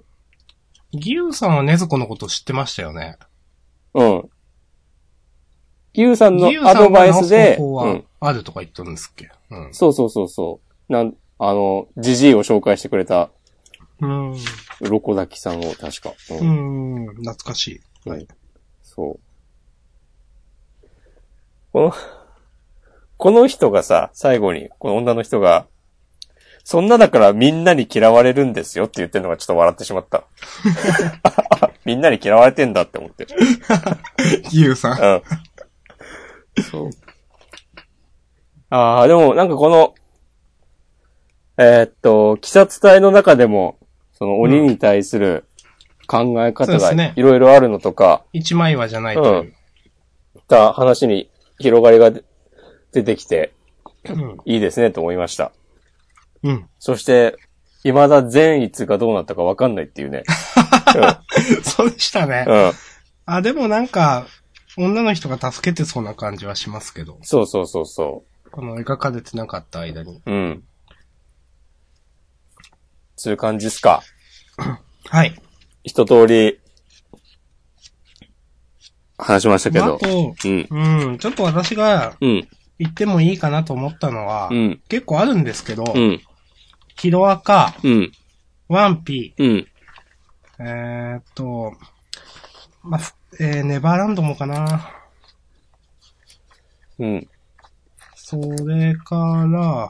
義勇さんは禰豆子のこと知ってましたよね。 うん。義勇さんのアドバイスで、 方法はあるとか言ったんですっけ、 うん、そうそうそうそう。なん、あの、ジジイを紹介してくれた、 うん。 鱗滝さんを確か。 うん、うん懐かしい。はい。 そう。この、この人がさ、最後に、この女の人が、そんなだからみんなに嫌われるんですよって言ってるのがちょっと笑ってしまった。みんなに嫌われてんだって思って。 義勇さん。 うん。そう。ああ、でもなんかこの、えー、っと、鬼殺隊の中でも、その鬼に対する考え方がいろいろあるのとか、 うん、一枚岩じゃないという。うん。 た話に広がりが出てきて、 うん、 いいですねと思いました。 うん。 そして、未だ善逸がどうなったかわかんないっていうね。 うん、そうでしたね。 うん。 あ、でもなんか、女の人が助けてそうな感じはしますけど。 そうそうそうそう。 この描かれてなかった間に。 うん。そういう感じっすか。 はい。 一通り、話しましたけど。 あと、うん。うん。ちょっと私が、うん。言ってもいいかなと思ったのは、うん。結構あるんですけど、うん。ヒロアカ、 うん。 ワンピ、 うん。 えーっと、まあ、えー、ネバーランドもかな。 うん。 それから、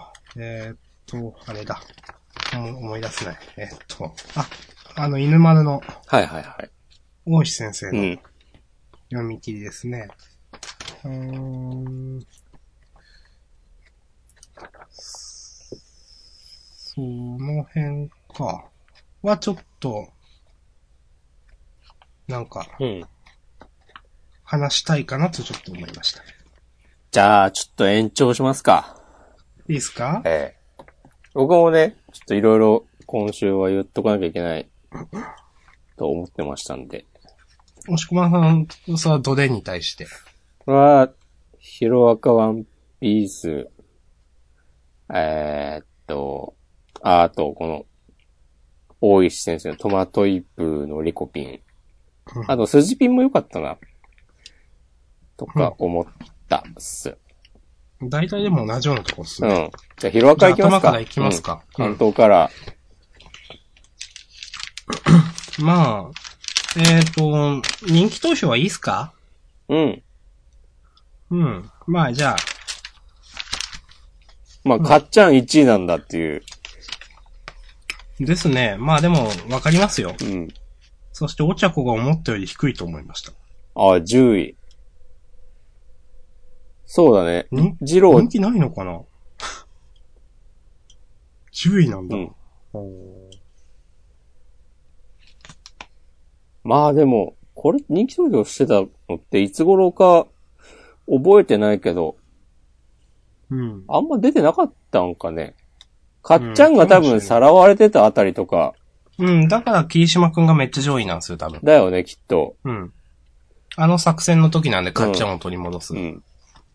えー、っと、あれだ。思い出せない。えー、っと、あ、あの、犬丸の。 はいはいはい。 大石先生のうん。 読み切りですね。うーん。その辺か。はちょっと、なんか、 うん。 話したいかなとちょっと思いました。 じゃあ、ちょっと延長しますか。 いいですか？ ええ。僕もね、ちょっといろいろ今週は言っとかなきゃいけないと思ってましたんで。 もしくまさん、それはどれに対して？ これは、ヒロアカワンピース、えー、っと、あ、あと、この、大石先生のトマトイプのリコピン。あと、スジピンも良かったな。とか思ったっす。 大体でも同じようなとこっすね。 うん。じゃあ、ヒロアカ行きますか。 頭から行きますか。 うん、関東から。 まあ、えっと、人気投票はいいっすか？ うん。 うん。まあ、じゃあ。 まあ、かっちゃんいちいなんだっていう。 ですね。まあでも、わかりますよ。 うん。 そして、お茶子が思ったより低いと思いました。 ああ、じゅうい。そうだね。 ジロー。人気ないのかな ?じゅう 位なんだ。うん。 まあでも、これ人気投票してたのっていつ頃か覚えてないけど、 うん。 あんま出てなかったんかね。かっちゃんが多分さらわれてたあたりとか。 うん、うん、だから霧島くんがめっちゃ上位なんですよ、多分。 だよね、きっと。 うん。あの作戦の時なんでかっちゃんを取り戻す。うん。うん、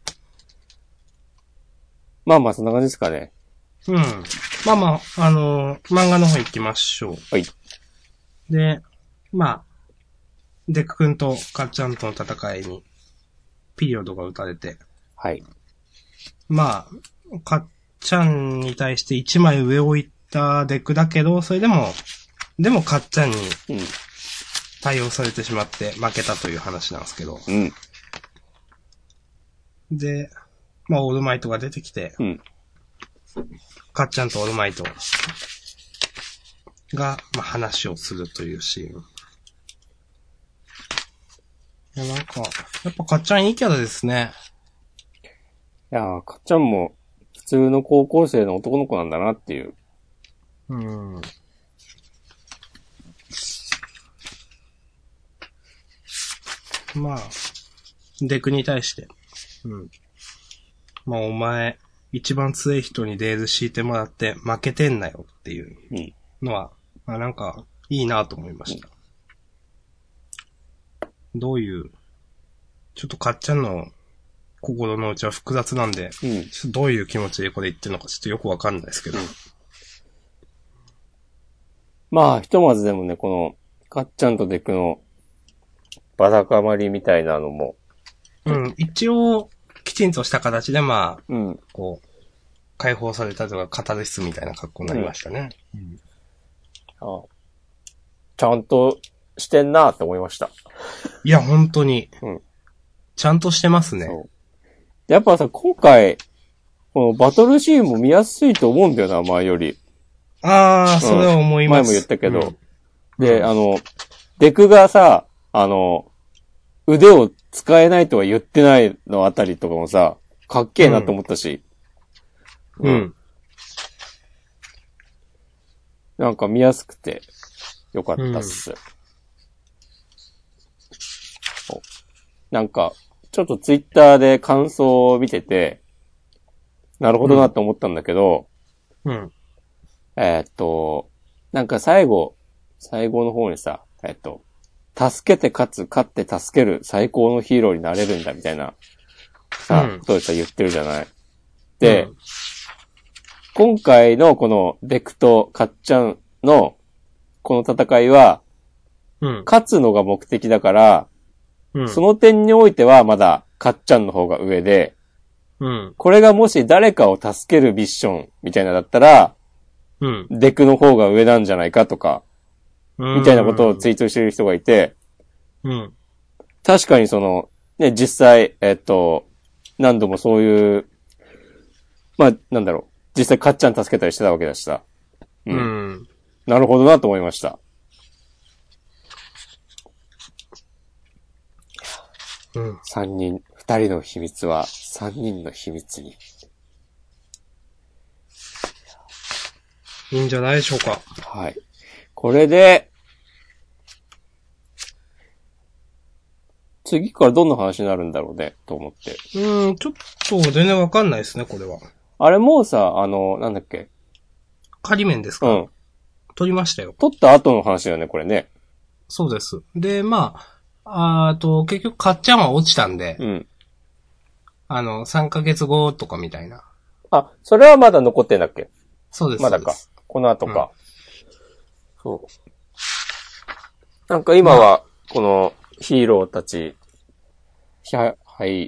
まあまあ、そんな感じですかね。 うん。まあまあ、あのー、漫画の方行きましょう。 はい。 で、まあ、デク君とかっちゃんとの戦いに、ピリオドが打たれて。 はい。 まあ、かっちゃんに対して一枚上を行ったデクだけど、それでも、でもかっちゃんに対応されてしまって負けたという話なんですけど。 うん。 で、まあ、オールマイトが出てきて、 うん。 かっちゃんとオールマイトが、まあ、話をするというシーン。いや、なんか、やっぱかっちゃんいいキャラですね。 いやー、かっちゃんも普通の高校生の男の子なんだなっていう。 うん。まあ、デクに対して。うん。まあ、お前、一番強い人にレール敷いてもらって負けてんなよっていうのは、うん、まあなんか、いいなと思いました。うん、どういう、ちょっとかっちゃんの心の内は複雑なんで、うん、ちょっとどういう気持ちでこれ言ってるのかちょっとよくわかんないですけど。うん、 まあ、ひとまずでもね、この、かっちゃんとデクの、バダカまりみたいなのも。 うん、一応、きちんとした形でまあ、 うん、 こう、解放されたとか、カタルシスみたいな格好になりましたね。うんうん、 ああちゃんとしてんなって思いました。 いや、本当に。 うん。 ちゃんとしてますね。 そう。やっぱさ、今回、このバトルシーンも見やすいと思うんだよな、前より。 ああ、うん、それは思います。 前も言ったけど。うん、で、あの、デクがさ、あの、腕を使えないとは言ってないのあたりとかもさ、かっけえなと思ったし。 うん。うん、 なんか見やすくて、よかったっす。うん、なんか、ちょっとツイッターで感想を見てて、なるほどなって思ったんだけど、 うん。 えー、っと、なんか最後、最後の方にさ、えー、っと、助けて勝つ、勝って助ける最高のヒーローになれるんだみたいな、さ、うん、ことでさ言ってるじゃない。で、うん、今回のこのデクとカッちゃんのこの戦いは、うん、勝つのが目的だから、うん、その点においてはまだカッちゃんの方が上で、うん、これがもし誰かを助けるミッションみたいなだったら、うん、デクの方が上なんじゃないかとか、みたいなことをツイートしてる人がいて、うん、確かにその、ね、実際、えっと、 何度もそういう、まあ、なんだろう。実際かっちゃん助けたりしてたわけだしさ。 うん。うん、 なるほどなと思いました。うん。三人、二人の秘密は三人の秘密に。 いいんじゃないでしょうか。 はい。これで、次からどんな話になるんだろうね、と思って。 うーん、ちょっと全然わかんないですね、これは。 あれもうさ、あの、なんだっけ。 仮面ですか？うん。撮りましたよ。 撮った後の話だよね、これね。 そうです。で、まあ、あと、結局、かっちゃんは落ちたんで、うん。あの、さんかげつごとかみたいな。 あ、それはまだ残ってんだっけ？ そうです。 まだか。この後か。うん、そう。なんか今は、この、ヒーローたち、はい、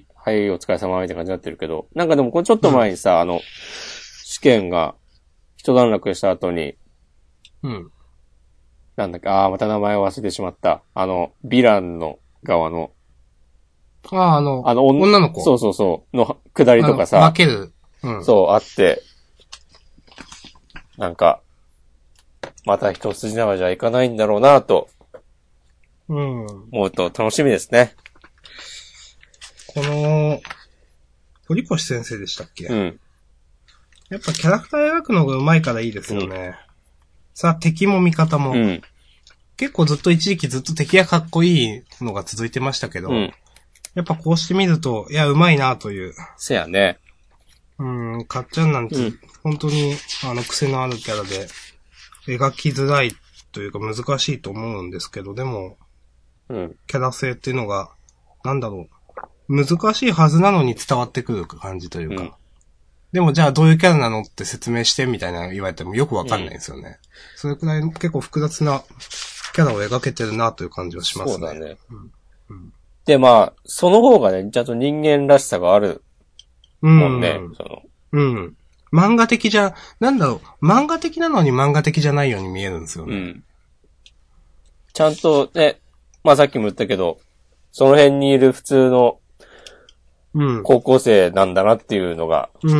はい、お疲れ様みたいな感じになってるけど、なんかでもこれちょっと前にさ、うん、あの、試験が一段落した後に、うん。なんだっけ、ああ、また名前を忘れてしまった。あの、ヴィランの側の。 ああ、あの、 あの、 女の子。 そうそうそう。の、下りとかさ。 負ける。 うん。そう、あって、なんか、また一筋縄じゃいかないんだろうなと。うん。思うと楽しみですね。 この、堀越先生でしたっけ？うん。やっぱキャラクター描くのが上手いからいいですよね。うん、さあ、敵も味方も。うん。結構ずっと一時期ずっと敵がかっこいいのが続いてましたけど、うん、やっぱこうしてみると、いや、上手いなという。 せやね。 うん、かっちゃんなんて、うん、本当に、あの、癖のあるキャラで、描きづらいというか難しいと思うんですけど、でも、うん、キャラ性っていうのが、なんだろう、難しいはずなのに伝わってくる感じというか、うん、でもじゃあどういうキャラなのって説明してみたいな言われてもよくわかんないんですよね。うん、それくらい結構複雑なキャラを描けてるなという感じはしますね。 そうだね。うんうん、で、まあ、その方がね、ちゃんと人間らしさがあるもんね。うん、そのうん。漫画的じゃ、なんだろう、漫画的なのに漫画的じゃないように見えるんですよね。うん、 ちゃんとね、まあさっきも言ったけど、その辺にいる普通の高校生なんだなっていうのが、うん、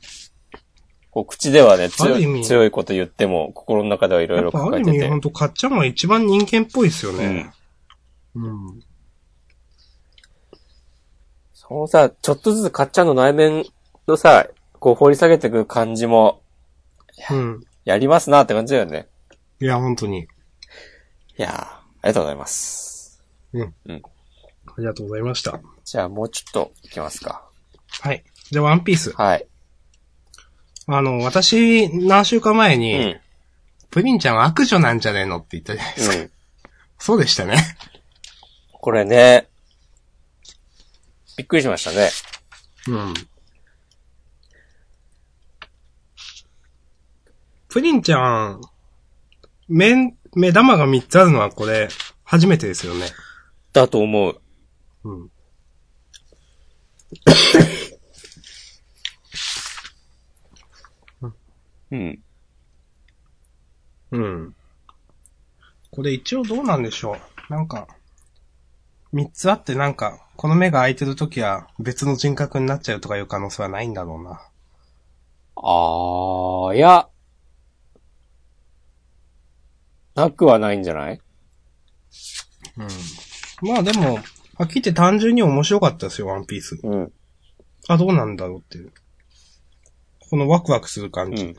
こう口ではね強い、強いこと言っても、心の中ではいろいろ抱えてて。 ある意味、ほんと、かっちゃんは一番人間っぽいですよね。うん。うん、 そのさ、ちょっとずつかっちゃんの内面のさ、こう掘り下げていく感じも、うん。やりますなって感じだよね。 いや、本当に。いやー、ありがとうございます。 うん。うん。ありがとうございました。 じゃあもうちょっといきますか。 はい。じゃあワンピース。 はい。 あの、私、何週間前に、うん、プリンちゃんは悪女なんじゃねえのって言ったじゃないですか。うん、そうでしたね。 これね、びっくりしましたね。うん。 プリンちゃん、目、目玉がみっつあるのはこれ、初めてですよね。 だと思う。うん。うん。 うん。これ一応どうなんでしょう。なんか、三つあってなんか、この目が開いてるときは別の人格になっちゃうとかいう可能性はないんだろうな。 あー、いや、なくはないんじゃない？ うん。まあでも、はっきり言って単純に面白かったですよ、ワンピース。うん。あ、どうなんだろうっていう。このワクワクする感じ。うん、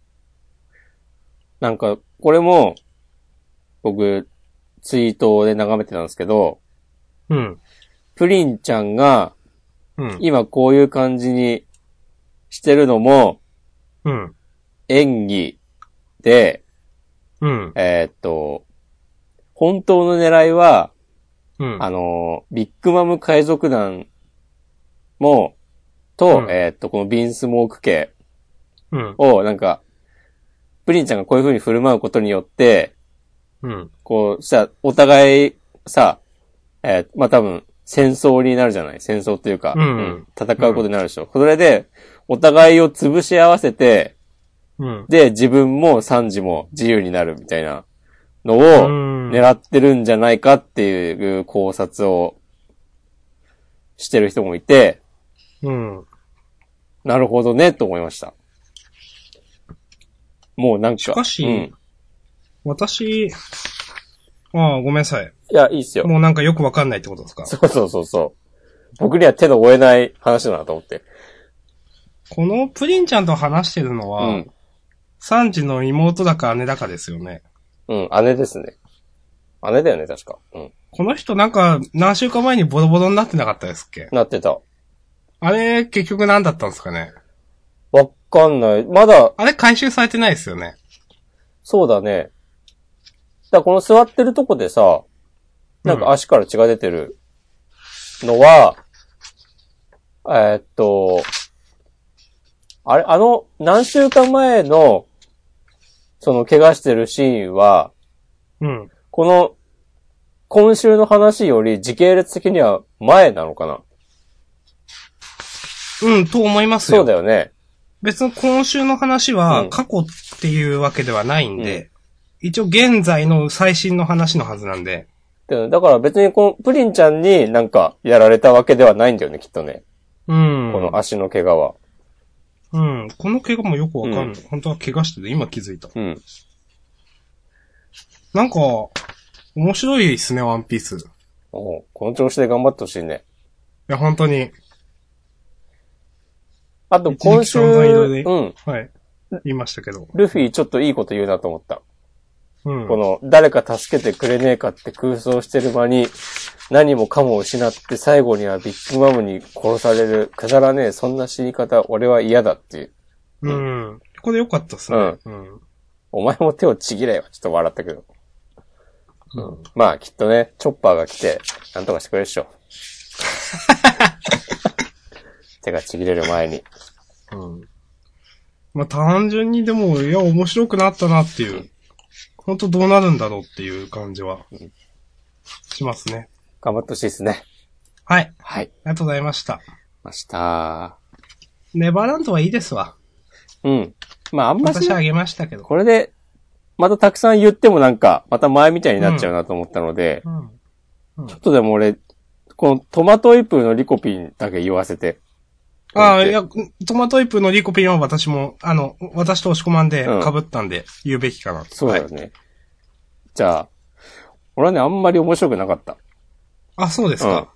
なんか、これも、僕、ツイートで眺めてたんですけど、うん。プリンちゃんが、うん。今こういう感じにしてるのも、うん。演技で、うん。えー、っと、本当の狙いは、うん。あの、ビッグマム海賊団も、と、うん、えー、っと、このビンスモーク家を、なんか、プリンちゃんがこういう風に振る舞うことによって、うん。こう、したら、お互い、さ、えー、まあ、多分、戦争になるじゃない？戦争というか、うんうん、戦うことになるでしょ。うん、それで、お互いを潰し合わせて、うん、で、自分もサンジも自由になるみたいなのを狙ってるんじゃないかっていう考察をしてる人もいて、 うん。 なるほどね、と思いました。もうなんか。 しかし、 うん、 私、ああ、ごめんなさい。 いや、いいっすよ。 もうなんかよくわかんないってことですか？ そうそうそうそう。僕には手の負えない話だなと思って。 このプリンちゃんと話してるのは、うん、サンジの妹だか姉だかですよね。 うん、姉ですね。姉だよね、確か。うん。 この人なんか何週間前にボロボロになってなかったですっけ？ なってた。 あれ、結局何だったんですかね？ わかんない。まだ。 あれ回収されてないですよね。 そうだね。だからこの座ってるとこでさ、なんか足から血が出てるのは、うん、えー、っと、あれ、あの、何週間前の、その怪我してるシーンは、 うん。 この、今週の話より時系列的には前なのかな？ うん、と思いますよ。 そうだよね。 別に今週の話は過去っていうわけではないんで、うん、一応現在の最新の話のはずなんで。 だから別にこのプリンちゃんになんかやられたわけではないんだよね、きっとね。 うん。 この足の怪我は。 うん。この怪我もよくわかんない。うん、本当は怪我してて今気づいた。 うん。 なんか、面白いですね、ワンピース。 おう、この調子で頑張ってほしいね。 いや、本当に。 あと今週、うん。 はい。言いましたけど。 ルフィちょっといいこと言うなと思った。 うん。 この、誰か助けてくれねえかって空想してる間に、何もかも失って最後にはビッグマムに殺される、くだらねえ、そんな死に方、俺は嫌だっていう。 うん。うん、ここでよかったっすね。うん。うん、 お前も手をちぎれよ。ちょっと笑ったけど。うん、まあ、きっとね、チョッパーが来て、なんとかしてくれるでしょ。手がちぎれる前に。 うん。まあ、単純にでも、いや、面白くなったなっていう。うん、本当どうなるんだろうっていう感じは、しますね。 頑張ってほしいですね。 はい。 はい。ありがとうございました。 ました。 ネバーランドはいいですわ。 うん。まあ、あんまし、 私あげましたけど。 これで、またたくさん言ってもなんか、また前みたいになっちゃうなと思ったので、うんうんうん、ちょっとでも俺、このトマトイプのリコピンだけ言わせて。 ああ、いや、トマトイプのリコピンは私も、あの、私と押し込まんで被ったんで言うべきかな、うん。 そうだよね。はい、じゃあ、俺はね、あんまり面白くなかった。 あ、そうですか。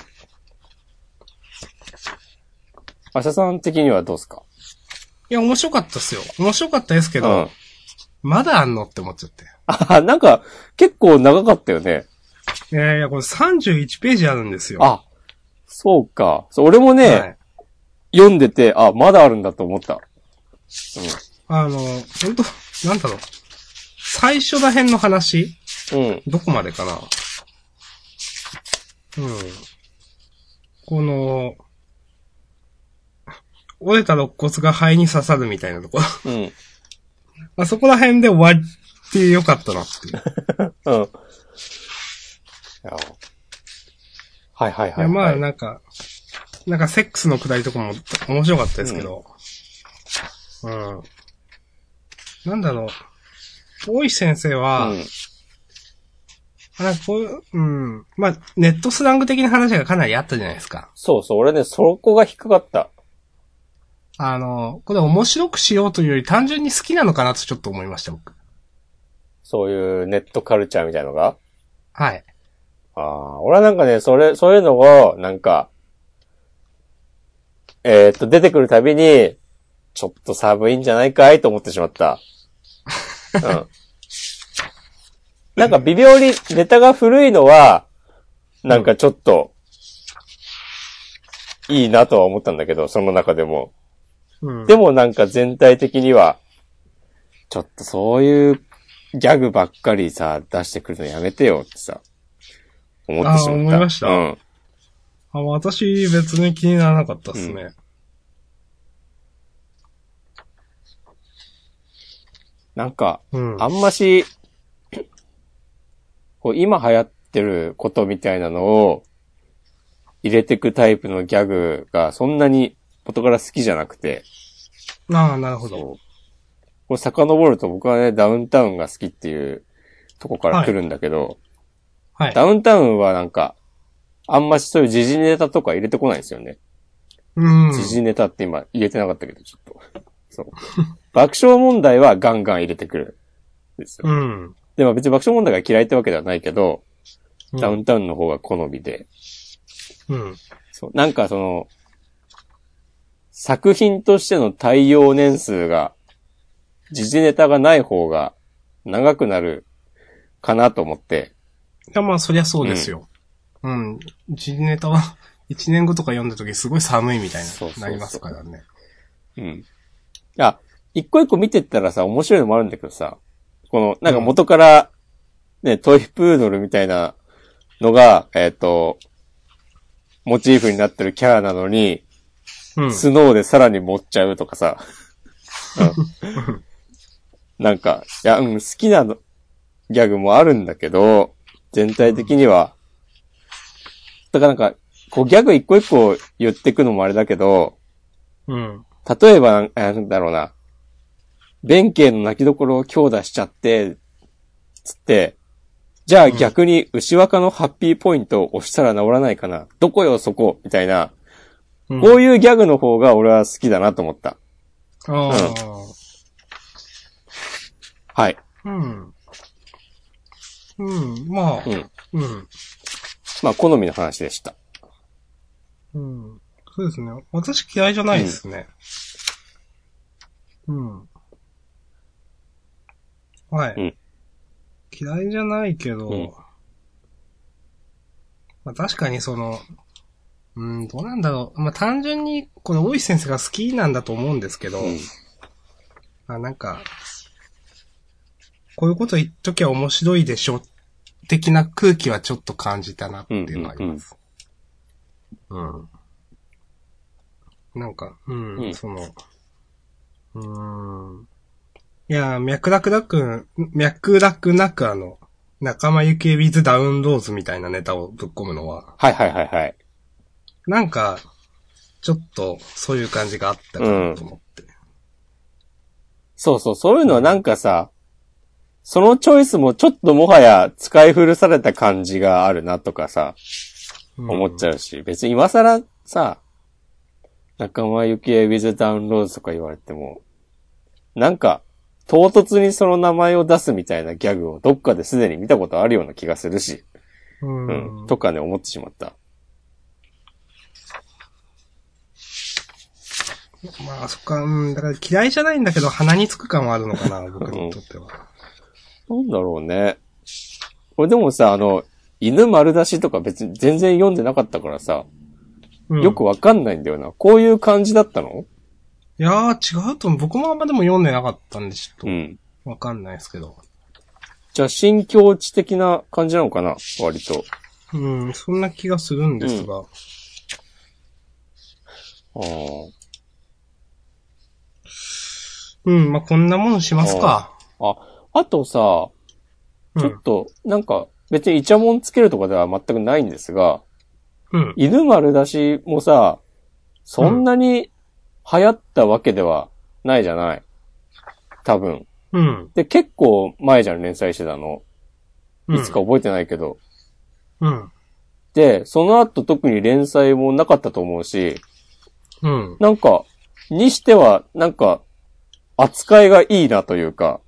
アシャさん的にはどうですか？ いや、面白かったっすよ。面白かったですけど、うん、まだあんのって思っちゃって。 あ、なんか、結構長かったよね。 いやいや、これさんじゅういちページあるんですよ。 あ、そうか。そう俺もね、はい、読んでて、あ、まだあるんだと思った。うん。 あの、本当なんだろう。最初ら辺の話うん。 どこまでかな。うん。この、折れた肋骨が肺に刺さるみたいなところ。 うん。 あそこら辺で終わってよかったなっていう。 うん。はいはいはい、はい。 いや、まあなんか、なんかセックスのくだりとかも面白かったですけど。うん。うん、なんだろう。大石先生は、うん、なんかこういう、うん。まあ、ネットスラング的な話がかなりあったじゃないですか。 そうそう。俺ね、そこが引っかかった。 あの、これ面白くしようというより単純に好きなのかなとちょっと思いました、僕。 そういうネットカルチャーみたいなのが？ はい。 ああ、俺はなんかね、それ、そういうのを、なんか、えー、っと、出てくるたびに、ちょっと寒いんじゃないかいと思ってしまった。うん。なんか微妙にネタが古いのは、なんかちょっと、いいなとは思ったんだけど、その中でも。 うん、 でもなんか全体的には、ちょっとそういうギャグばっかりさ、出してくるのやめてよってさ、思ってしまった。あ、 思いました。 うん。 あ、私別に気にならなかったっすね。うん、 なんか、 うん、 あんまし、こう今流行ってることみたいなのを入れてくタイプのギャグがそんなに元から好きじゃなくて。 ああ、なるほど。 こう遡ると僕はね、ダウンタウンが好きっていうとこから来るんだけど、 はい。はい、 ダウンタウンはなんか、あんましそういう時事ネタとか入れてこないんですよね。 うん。 時事ネタって今言えてなかったけど、ちょっと。そう。爆笑問題はガンガン入れてくる。ですよ。 うん。 でも別に爆笑問題が嫌いってわけではないけど、うん、ダウンタウンの方が好みで。 うん。 そう。なんかその、作品としての対応年数が、時事ネタがない方が長くなるかなと思って。 いや、まあそりゃそうですよ。うん。時事ネタは、一年後とか読んだ時すごい寒いみたいな、なりますからね。 うん。あ、一個一個見てったらさ、面白いのもあるんだけどさ、この、なんか元から、ね、うん、トイプードルみたいなのが、えっと、モチーフになってるキャラなのに、うん、スノーでさらに盛っちゃうとかさ、うん、なんか、いや、うん、好きなギャグもあるんだけど、全体的には、だからなんか、こうギャグ一個一個言ってくのもあれだけど、 うん。 例えば、なんだろうな、弁慶の泣きどころを強打しちゃって、つって、じゃあ逆に牛若のハッピーポイントを押したら治らないかな、どこよそこ、みたいな、うん、こういうギャグの方が俺は好きだなと思った。 ああ、うん。 はい。 うん。うん、まあ、うん。うん。 まあ、好みの話でした。 うん。そうですね。私嫌いじゃないですね。うん。うん、はい、うん。嫌いじゃないけど、うん、まあ確かにその、うん、どうなんだろう。まあ単純に、この大石先生が好きなんだと思うんですけど、うん、あ、なんか、こういうこと言っときゃ面白いでしょ、的な空気はちょっと感じたなっていうのがあります。うん、うんうん。なんか、うん、うん、その、うーん。いや、脈絡なく、脈絡なくあの、仲間由紀恵 with ダウンローズみたいなネタをぶっ込むのは。 はいはいはいはい。 なんか、ちょっと、そういう感じがあったかなと思って、うん。 そうそう、そういうのはなんかさ、うん、そのチョイスもちょっともはや使い古された感じがあるなとかさ、思っちゃうし、うん、別に今更さ、仲間由紀恵 with ダウンローズとか言われても、なんか、唐突にその名前を出すみたいなギャグをどっかですでに見たことあるような気がするし、 うん、 うん、とかね、思ってしまった。 まあ、そっか、うん、だから嫌いじゃないんだけど鼻につく感はあるのかな、僕にとっては。 うん、なんだろうね。これでもさ、あの、犬丸出しとか別に全然読んでなかったからさ、うん、よくわかんないんだよな。こういう感じだったの？ いやー、違うと思う。僕もあんまでも読んでなかったんで、ちょっと。うん。わかんないですけど。 じゃあ、新境地的な感じなのかな？割と。 うん、そんな気がするんですが。うん、ああ。うん、まあ、こんなもんしますか。 ああ、あとさ、ちょっと、なんか、別にイチャモンつけるとかでは全くないんですが、うん。犬丸出しもさ、そんなに流行ったわけではないじゃない。多分。 うん。 で、結構前じゃん、連載してたの。いつか覚えてないけど。 うん。 で、その後特に連載もなかったと思うし、 うん。 なんか、にしては、なんか、扱いがいいなというか。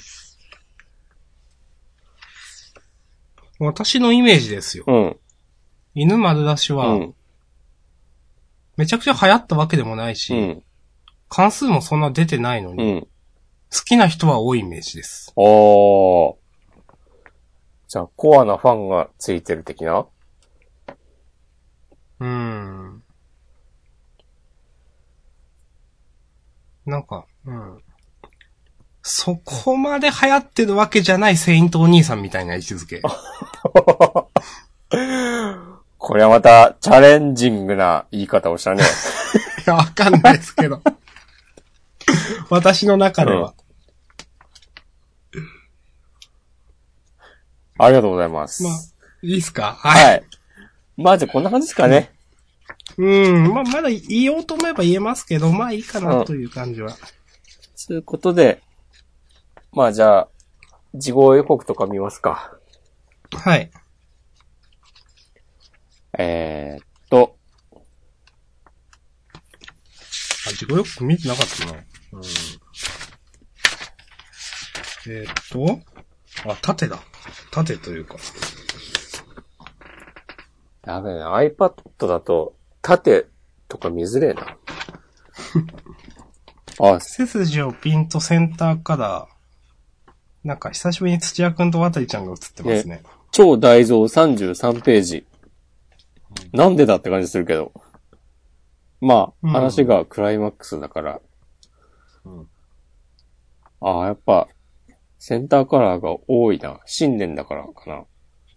私のイメージですよ。 うん。 犬丸出しは、うん、めちゃくちゃ流行ったわけでもないし、うん、関数もそんな出てないのに、うん、好きな人は多いイメージです。 おー。じゃあ、コアなファンがついてる的な？ うーん。なんか、うん。そこまで流行ってるわけじゃないセイントお兄さんみたいな位置づけ。 これはまたチャレンジングな言い方をしたね。 いや、わかんないですけど。私の中では、 うん。ありがとうございます。 まあ、いいっすか？ はい。はい。まあじゃあこんな感じですかね。 うん、まあまだ言おうと思えば言えますけど、まあいいかなという感じは。 と、うん、いうことで、まあじゃあ、事後予告とか見ますか。 はい。 えーっと。 自己予告見てなかったな。うん。えー、っと、あ、縦だ。縦というか。 やべえな、iPad だと、縦とか見づれえな。 あ、背筋をピンとセンターカラー。なんか久しぶりに土屋くんと渡ちゃんが映ってますね。ね、 超大蔵さんじゅうさんページ。うん、なんでだって感じするけど。まあ、話がクライマックスだから。うん、ああ、やっぱ、センターカラーが多いな。新年だからかな。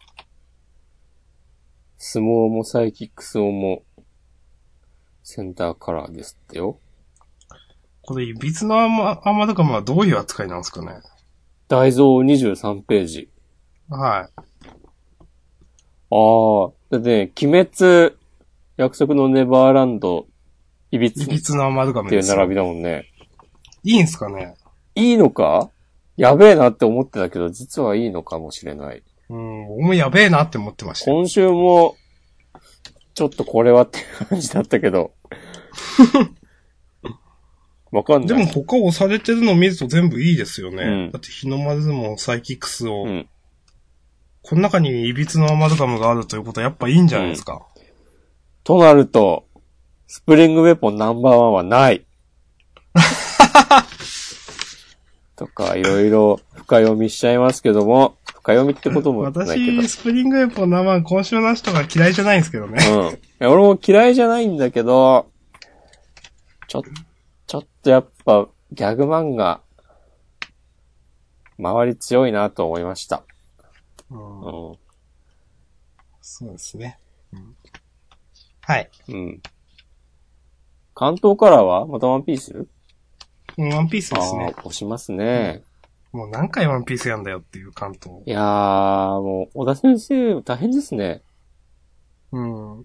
相撲もサイキックスも、センターカラーですってよ。 これ、いびつのアマ、アマドカムはどういう扱いなんですかね。 大蔵にじゅうさんページ。 はい。ああ、だってね、鬼滅、約束のネバーランド、いびつ。 いびつのアマドカムですっていう並びだもんね。 いいんすかね。 いいのか？やべえなって思ってたけど、実はいいのかもしれない。 うん、僕もやべえなって思ってました。 今週も、ちょっとこれはっていう感じだったけど。わかんない。 でも他押されてるのを見ると全部いいですよね。うん、だって日の丸相撲サイキックスを、うん、この中にいびつのアマドガムがあるということはやっぱいいんじゃないですか。うん、 となると、スプリングウェポンナンバーワンはない。とか、いろいろ深読みしちゃいますけども、深読みってこともないけど。 私、スプリングウェポンナンバーワン今週の人が嫌いじゃないんですけどね。 うん。いや俺も嫌いじゃないんだけど、ちょっと、ちょっとやっぱ、ギャグ漫画、周り強いなと思いました。 うん。うん、そうですね、うん。はい。 うん。関東カラーはまたワンピース？ うん、ワンピースですね。 ああ、押しますね、 うん。もう何回ワンピースやんだよっていう関東。 いやー、もう、小田先生大変ですね。 うん。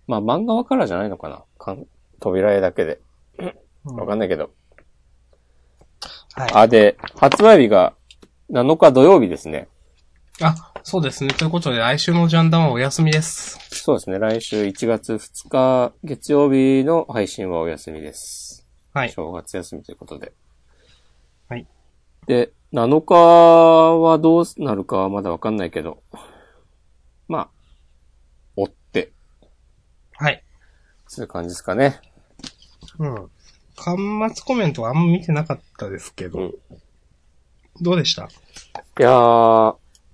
まあ漫画はカラーじゃないのかな？かん扉絵だけで。わかんないけど。はい。あ、で、発売日がなのか土曜日ですね。 あ、そうですね。ということで、来週のジャンダンはお休みです。 そうですね。来週いちがつふつか月曜日の配信はお休みです。 はい。 正月休みということで。 はい。 で、なのかはどうなるかはまだわかんないけど。まあ、追って。 はい。 そういう感じですかね。 うん。端末コメントはあんま見てなかったですけど。うん、どうでした？ いやー、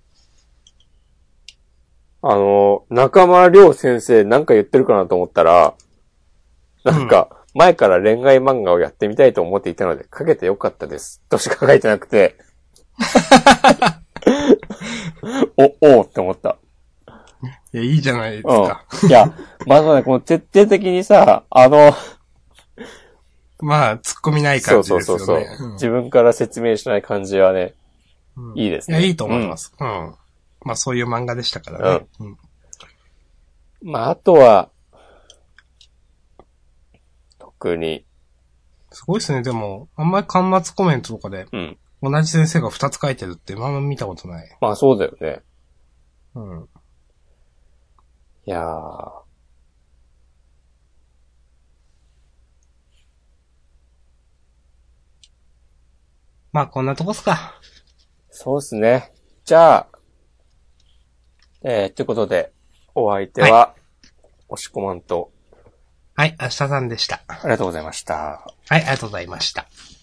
あの、中間亮先生なんか言ってるかなと思ったら、なんか、前から恋愛漫画をやってみたいと思っていたので、書けてよかったです。としか書いてなくて。お、おーって思った。 いや、いいじゃないですか。 うん、いや、まずね、この徹底的にさ、あの、 まあ、突っ込みない感じですよね。そうそうそう、 うん。自分から説明しない感じはね、うん、いいですね。 いや、いいと思います。うん。うん、まあ、そういう漫画でしたからね。うん。うん、 まあ、あとは、特に。 すごいですね。でも、あんまり端末コメントとかで、うん、同じ先生が二つ書いてるってまあ見たことない。 まあ、そうだよね。 うん。 いやー。 まあ、こんなとこっすか。 そうっすね。じゃあ、えー、ということで、お相手は、はい、おしこまんと、 はい、明日さんでした。 ありがとうございました。 はい、ありがとうございました。